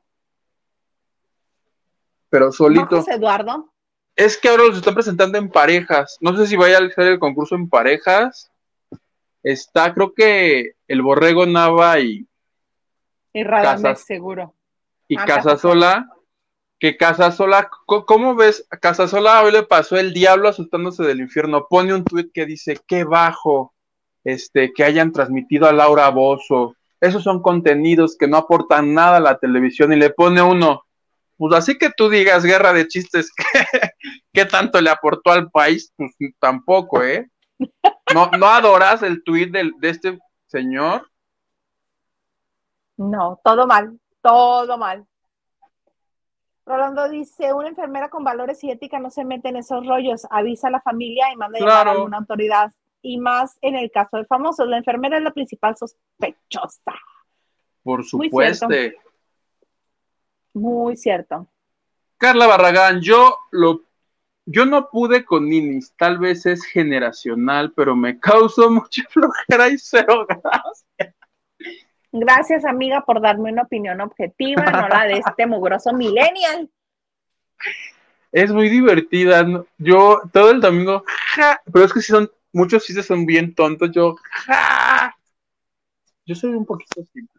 Pero solito. ¿No, José Eduardo? Es que ahora los están presentando en parejas. No sé si vaya a ser el concurso en parejas. Está, creo que el Borrego Nava y Radamés, seguro. Y Casasola. Que Casasola, ¿cómo ves? Casasola hoy le pasó el diablo asustándose del infierno. Pone un tuit que dice, qué bajo que hayan transmitido a Laura Bozzo. Esos son contenidos que no aportan nada a la televisión. Y le pone uno, pues así que tú digas guerra de chistes, ¿qué tanto le aportó al país? Pues tampoco, ¿eh? ¿No adoras el tuit de este señor? No, todo mal, todo mal. Rolando dice, una enfermera con valores y ética no se mete en esos rollos, avisa a la familia y manda llamar a alguna autoridad. Y más en el caso de famosos, la enfermera es la principal sospechosa. Por supuesto. Muy cierto. Carla Barragán, yo no pude con Ninis, tal vez es generacional, pero me causó mucha flojera y 0 gracias. Gracias, amiga, por darme una opinión objetiva, no la de este mugroso millennial. Es muy divertida, ¿no? Yo todo el domingo, pero es que muchos chistes son bien tontos, yo soy un poquito simple.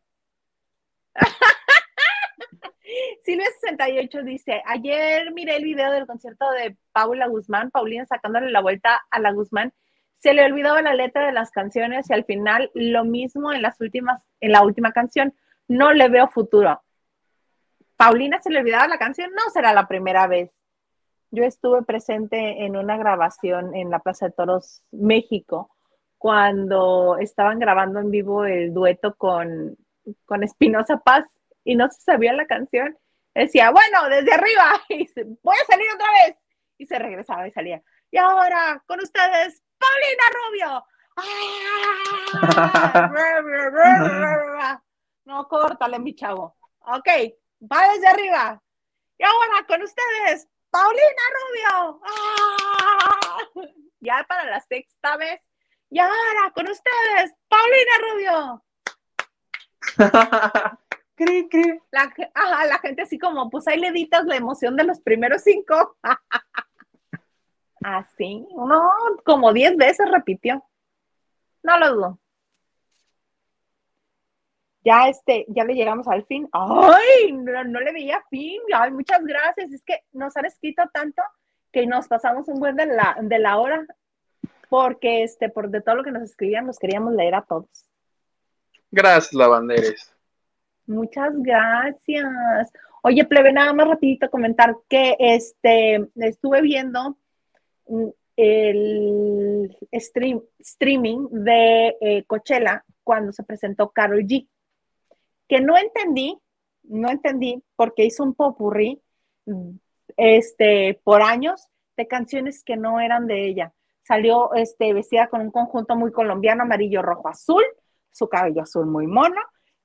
Silvia 68 dice, ayer miré el video del concierto de Paulina sacándole la vuelta a la Guzmán, se le olvidaba la letra de las canciones y al final lo mismo en la última canción, no le veo futuro. ¿Paulina se le olvidaba la canción? No será la primera vez. Yo estuve presente en una grabación en la Plaza de Toros, México, cuando estaban grabando en vivo el dueto con Espinoza Paz y no se sabía la canción. Decía, bueno, desde arriba, y dice, voy a salir otra vez. Y se regresaba y salía. Y ahora, con ustedes, Paulina Rubio. No, córtale, mi chavo. Ok, va desde arriba. Y ahora, con ustedes, Paulina Rubio. Ya para la sexta vez. Y ahora, con ustedes, Paulina Rubio. Cri, cri. La gente así como, pues ahí le editas la emoción de los primeros 5. Así, no, como 10 veces repitió. No lo dudo. Ya le llegamos al fin. ¡Ay! No le veía fin. Ay, muchas gracias. Es que nos han escrito tanto que nos pasamos un buen de la hora porque por de todo lo que nos escribían, los queríamos leer a todos. Gracias, lavanderes. Muchas gracias. Oye, plebe, nada más rapidito comentar que estuve viendo el streaming de Coachella cuando se presentó Karol G, que no entendí porque hizo un popurrí por años de canciones que no eran de ella. Salió vestida con un conjunto muy colombiano, amarillo, rojo, azul, su cabello azul muy mono,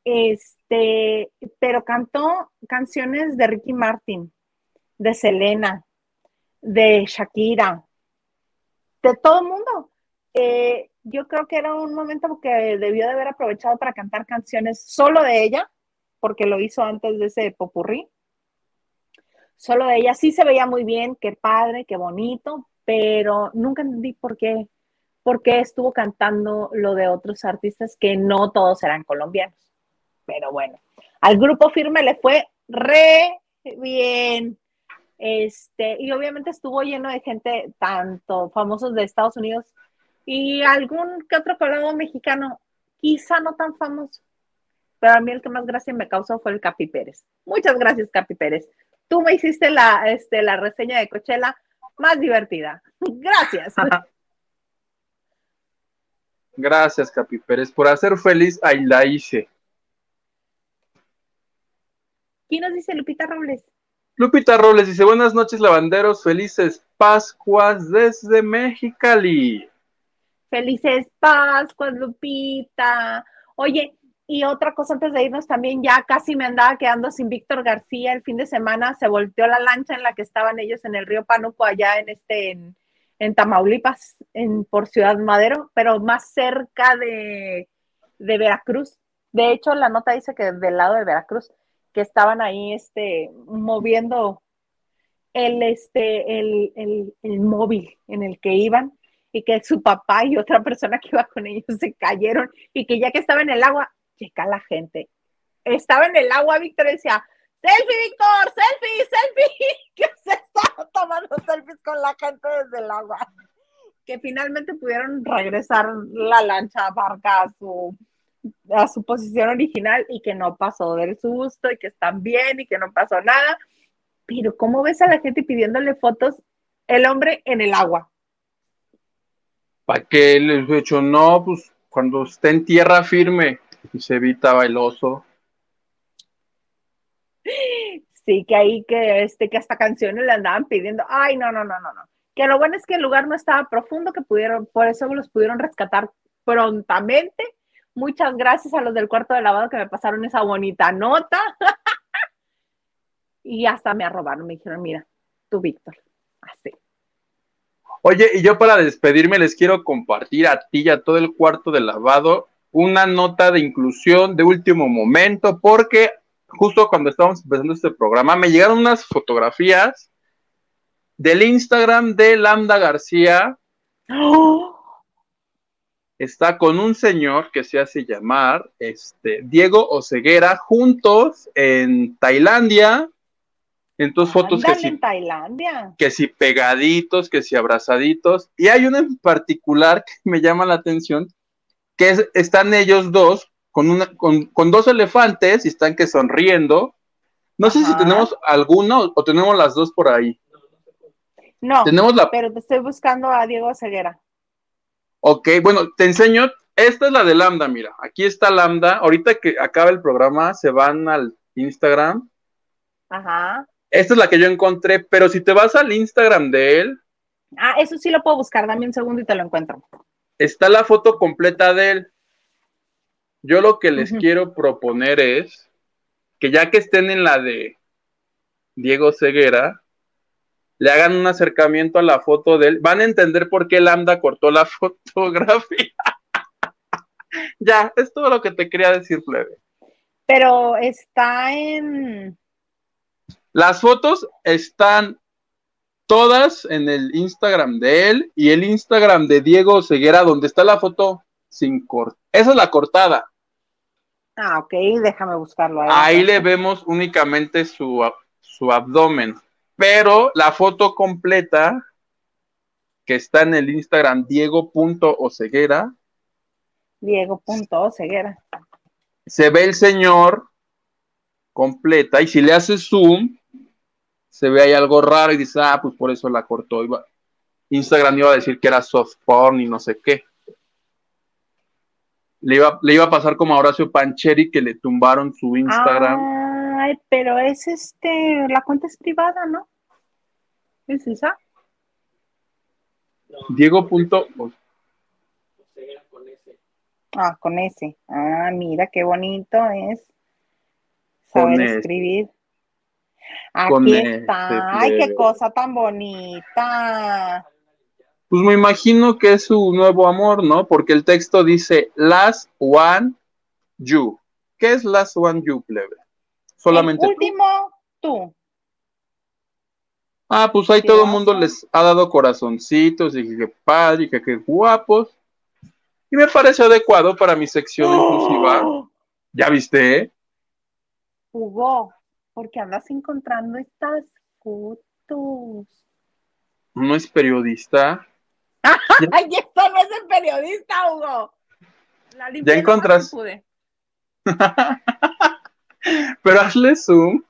pero cantó canciones de Ricky Martin, de Selena, de Shakira, de todo el mundo. Yo creo que era un momento que debió de haber aprovechado para cantar canciones solo de ella, porque lo hizo antes de ese popurrí. Solo de ella sí se veía muy bien, qué padre, qué bonito, pero nunca entendí por qué estuvo cantando lo de otros artistas que no todos eran colombianos. Pero bueno, al Grupo Firme le fue re bien. Y obviamente estuvo lleno de gente, tanto famosos de Estados Unidos y algún que otro colado mexicano, quizá no tan famoso, pero a mí el que más gracia me causó fue el Capi Pérez. Muchas gracias, Capi Pérez. Tú me hiciste la reseña de Coachella más divertida. Gracias. Gracias, Capi Pérez, por hacer feliz a Ilaiche. ¿Quién nos dice Lupita Robles? Lupita Robles dice, buenas noches, lavanderos, felices Pascuas desde Mexicali. Felices Pascuas, Lupita. Oye, y otra cosa antes de irnos también, ya casi me andaba quedando sin Víctor García el fin de semana, se volteó la lancha en la que estaban ellos en el río Pánuco, allá en Tamaulipas, por Ciudad Madero, pero más cerca de Veracruz. De hecho, la nota dice que del lado de Veracruz, que estaban ahí moviendo el móvil en el que iban, y que su papá y otra persona que iba con ellos se cayeron, y que ya que estaba en el agua, checa la gente, estaba en el agua, Víctor decía, selfie, Víctor, selfie, que se estaba tomando selfies con la gente desde el agua, que finalmente pudieron regresar la lancha, barca a su posición original, y que no pasó del susto, y que están bien, y que no pasó nada. Pero ¿cómo ves a la gente pidiéndole fotos el hombre en el agua? ¿Para qué les he hecho? No, pues cuando esté en tierra firme y se evita el oso. Sí, que ahí que hasta canciones le andaban pidiendo. Ay, no. Que lo bueno es que el lugar no estaba profundo, por eso los pudieron rescatar prontamente. Muchas gracias a los del cuarto de lavado que me pasaron esa bonita nota. Y hasta me arrobaron, me dijeron, mira, tú, Víctor, así. Oye, y yo para despedirme les quiero compartir a ti y a todo el cuarto de lavado una nota de inclusión de último momento, porque justo cuando estábamos empezando este programa me llegaron unas fotografías del Instagram de Lambda García. ¡Oh! Está con un señor que se hace llamar Diego Oseguera, juntos en Tailandia. Entonces fotos que si pegaditos, que si abrazaditos, y hay una en particular que me llama la atención, que están ellos dos con dos elefantes y están que sonriendo. No sé si tenemos alguno o tenemos las dos por ahí. No, Tenemos pero te estoy buscando a Diego Ceguera. Ok, bueno, te enseño. Esta es la de Lambda, mira. Aquí está Lambda. Ahorita que acaba el programa, se van al Instagram. Ajá. Esta es la que yo encontré, pero si te vas al Instagram de él, Ah, eso sí lo puedo buscar. Dame un segundo y te lo encuentro. está la foto completa de él. Yo lo que les Ujú. quiero proponer es que ya que estén en la de Diego Ceguera, le hagan un acercamiento a la foto de él. Van a entender por qué Lambda cortó la fotografía. Ya, es todo lo que te quería decir, plebe. Pero está en... Las fotos están todas en el Instagram de él y el Instagram de Diego Ceguera, donde está la foto sin corte. Esa es la cortada. Ah, ok, déjame buscarlo ahí. Ahí Entonces. le vemos únicamente su abdomen. Pero la foto completa, que está en el Instagram Diego.oceguera, Diego.ceguera. se ve el señor completa y si le haces zoom, se ve ahí algo raro y dice, ah, pues por eso la cortó. Instagram iba a decir que era soft porn y no sé qué. Le iba a pasar como a Horacio Pancheri que le tumbaron su Instagram. Ay, pero es la cuenta es privada, ¿no? ¿Es esa? Diego. Ah, con ese. Ah, mira qué bonito es Con saber ese, escribir. con Aquí ese está. Ay, qué plebe. cosa tan bonita. Pues me imagino que es su nuevo amor, ¿no? Porque el texto dice Last One You. ¿Qué es Last One You, plebe? El ¿Solamente tú? último, tú. Ah, pues ahí Si todo el vas mundo les ha dado corazoncitos y que qué padre y que qué guapos. Y me parece adecuado para mi sección inclusiva. ¡Oh! ¿Ya viste? Hugo, porque andas encontrando estas fotos. No es periodista. Ya, ¡Ay, esto no es el periodista, Hugo! La ya limpié lo más que encontras. pude. Pero hazle zoom.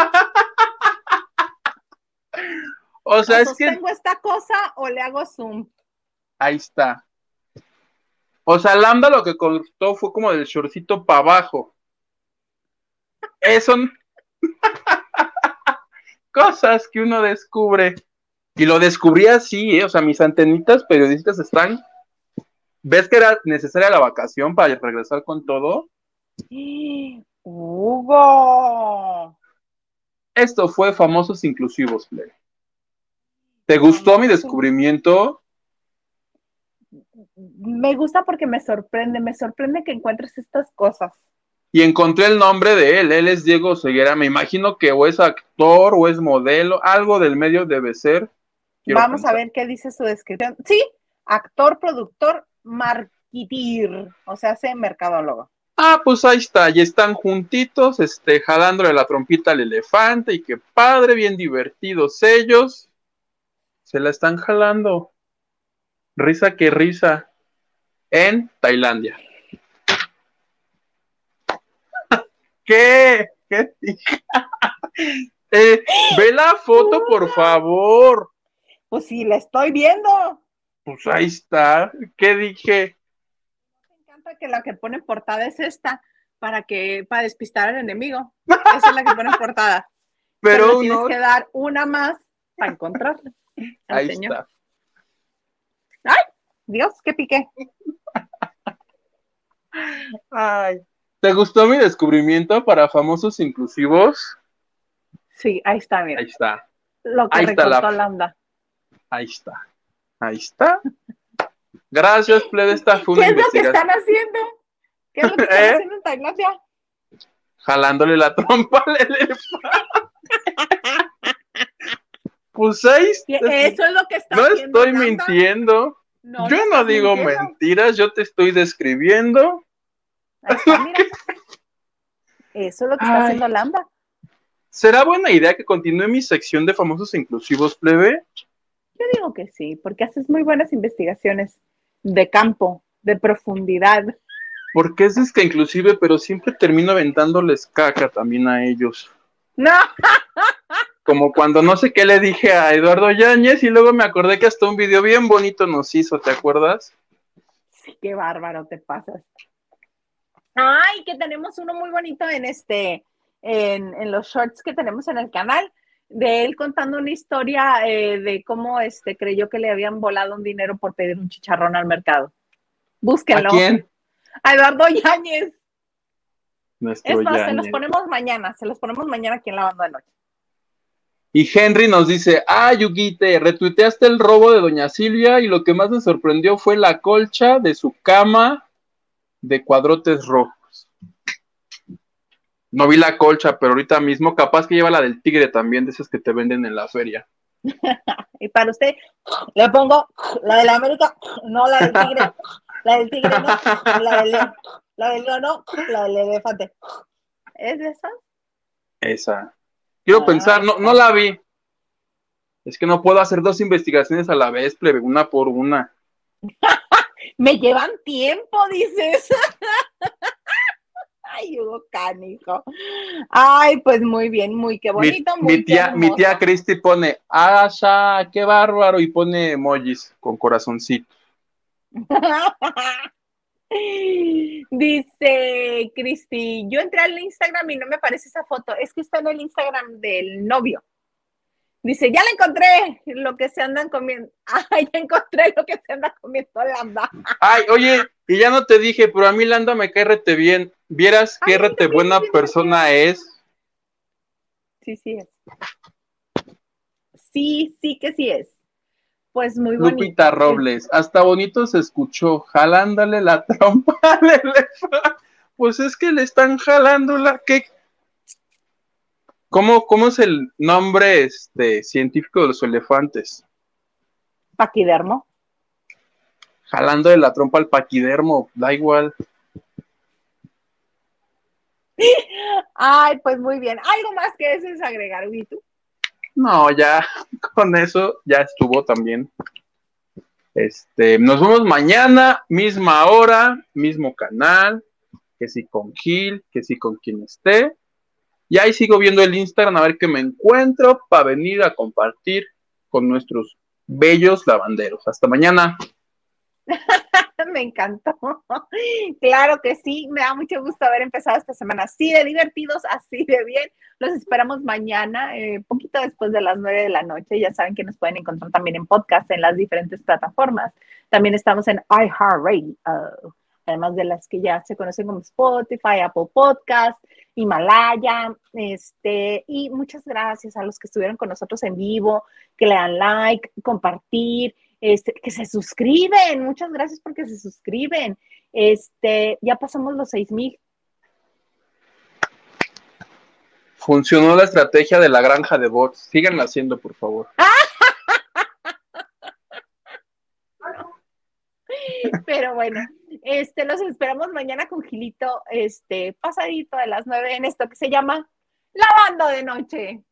O O sea, es que sostengo esta cosa o le hago zoom. ahí está. O sea, Lambda lo que cortó fue como del shortcito para abajo. Eso son cosas que uno descubre. Y lo descubrí así, ¿eh? O sea, mis antenitas periodísticas están. ¿Ves que era necesaria la vacación para regresar con todo? Hugo. Esto fue Famosos Inclusivos, plebe. ¿Te gustó mi Famosos. descubrimiento? Me gusta porque me sorprende que encuentres estas cosas. Y encontré el nombre de él. Él es Diego Ceguera. Me imagino que o es actor o es modelo. Algo del medio debe ser. Quiero Vamos a pensar. ver qué dice su descripción. Sí, actor, productor, marketeer, o sea, hace mercadólogo. Ah, pues ahí está, y están juntitos, jalándole la trompita al elefante, y qué padre, bien divertidos ellos. Se la están jalando. Risa que risa. En Tailandia. ¿Qué? ¿Qué? Ve la foto, por favor. Pues sí, la estoy viendo. Pues ahí está. ¿Qué dije? Me encanta que la que pone en portada es esta, para despistar al enemigo. Esa es la que pone en portada. Pero Pero tienes no. que dar una más para encontrarla. Ahí Señor. está. ¡Ay! Dios, qué piqué. Ay. ¿Te gustó mi descubrimiento para famosos inclusivos? Sí, ahí está, mira. Ahí está. Lo que Ahí está recortó Lambda. Ahí está. Ahí está. Gracias, plebe. Esta fue una ¿Qué es lo que investigación. están haciendo? ¿Qué es lo que están haciendo en Tailandia? Jalándole la trompa al elefante. Pues ahí Eso es lo que está no haciendo estoy Lambda. mintiendo. No, Yo no digo mintiendo. mentiras, yo te estoy describiendo. Ahí está, mira. Eso es lo que está haciendo Lambda. ¿Será buena idea que continúe mi sección de famosos inclusivos, plebe? Yo digo que sí, porque haces muy buenas investigaciones de campo, de profundidad. Porque es que inclusive, pero siempre termino aventándoles caca también a ellos. No. como cuando no sé qué le dije a Eduardo Yáñez y luego me acordé que hasta un video bien bonito nos hizo, ¿te acuerdas? Sí, qué bárbaro te pasas. Ay, que tenemos uno muy bonito en los shorts que tenemos en el canal, de él contando una historia de cómo creyó que le habían volado un dinero por pedir un chicharrón al mercado. Búsquenlo. ¿A quién? A Eduardo Yáñez. Nuestro Es más, Yáñez. se los ponemos mañana aquí en La Banda de Noche. Y Henry nos dice, Yuguite, retuiteaste el robo de Doña Silvia y lo que más me sorprendió fue la colcha de su cama de cuadrotes rojos. No vi la colcha, pero ahorita mismo capaz que lleva la del tigre también, de esas que te venden en la feria. Y para usted, le pongo la de la América, no la del tigre, la del tigre no, la del león, la del león no, la del elefante. ¿Es esa? Esa. Quiero pensar, no la vi. Es que no puedo hacer dos investigaciones a la vez, plebe, una por una. Me llevan tiempo, dices. Ay, Hugo Canijo. Ay, pues muy bien, muy qué bonito. Mi tía Cristi pone, ¡Asha, qué bárbaro! Y pone emojis con corazoncito. Dice Cristi, yo entré al Instagram y no me aparece esa foto. Es que está en el Instagram del novio. Dice, ya la encontré, lo que se andan comiendo. Ay, ya encontré lo que se anda comiendo Landa. Ay, oye, y ya no te dije, pero a mí Landa me cae rete bien. ¿Vieras qué rete buena persona es? Sí, sí es. Sí que sí es. Pues muy bonito. Lupita Robles, hasta bonito se escuchó, jalándole la trompa al elefante. Pues es que le están jalando la que... ¿Cómo es el nombre científico de los elefantes? Paquidermo. Jalando de la trompa al paquidermo, da igual. Ay, pues muy bien. ¿Algo más que desees agregar, Vito? No, ya con eso ya estuvo también. Nos vemos mañana, misma hora, mismo canal, que si con Gil, que si con quien esté. Y ahí sigo viendo el Instagram a ver qué me encuentro para venir a compartir con nuestros bellos lavanderos. Hasta mañana. Me encantó. Claro que sí, me da mucho gusto haber empezado esta semana así de divertidos, así de bien. Los esperamos mañana, poquito después de las 9 de la noche. Ya saben que nos pueden encontrar también en podcast en las diferentes plataformas. También estamos en iHeartRadio, además de las que ya se conocen como Spotify, Apple Podcast, Himalaya, y muchas gracias a los que estuvieron con nosotros en vivo, que le dan like, compartir, que se suscriben, muchas gracias porque se suscriben, ya pasamos los 6,000. Funcionó la estrategia de la granja de bots, síganla haciendo, por favor. Pero bueno, los esperamos mañana con Gilito, pasadito de las 9 en esto que se llama La Banda de Noche.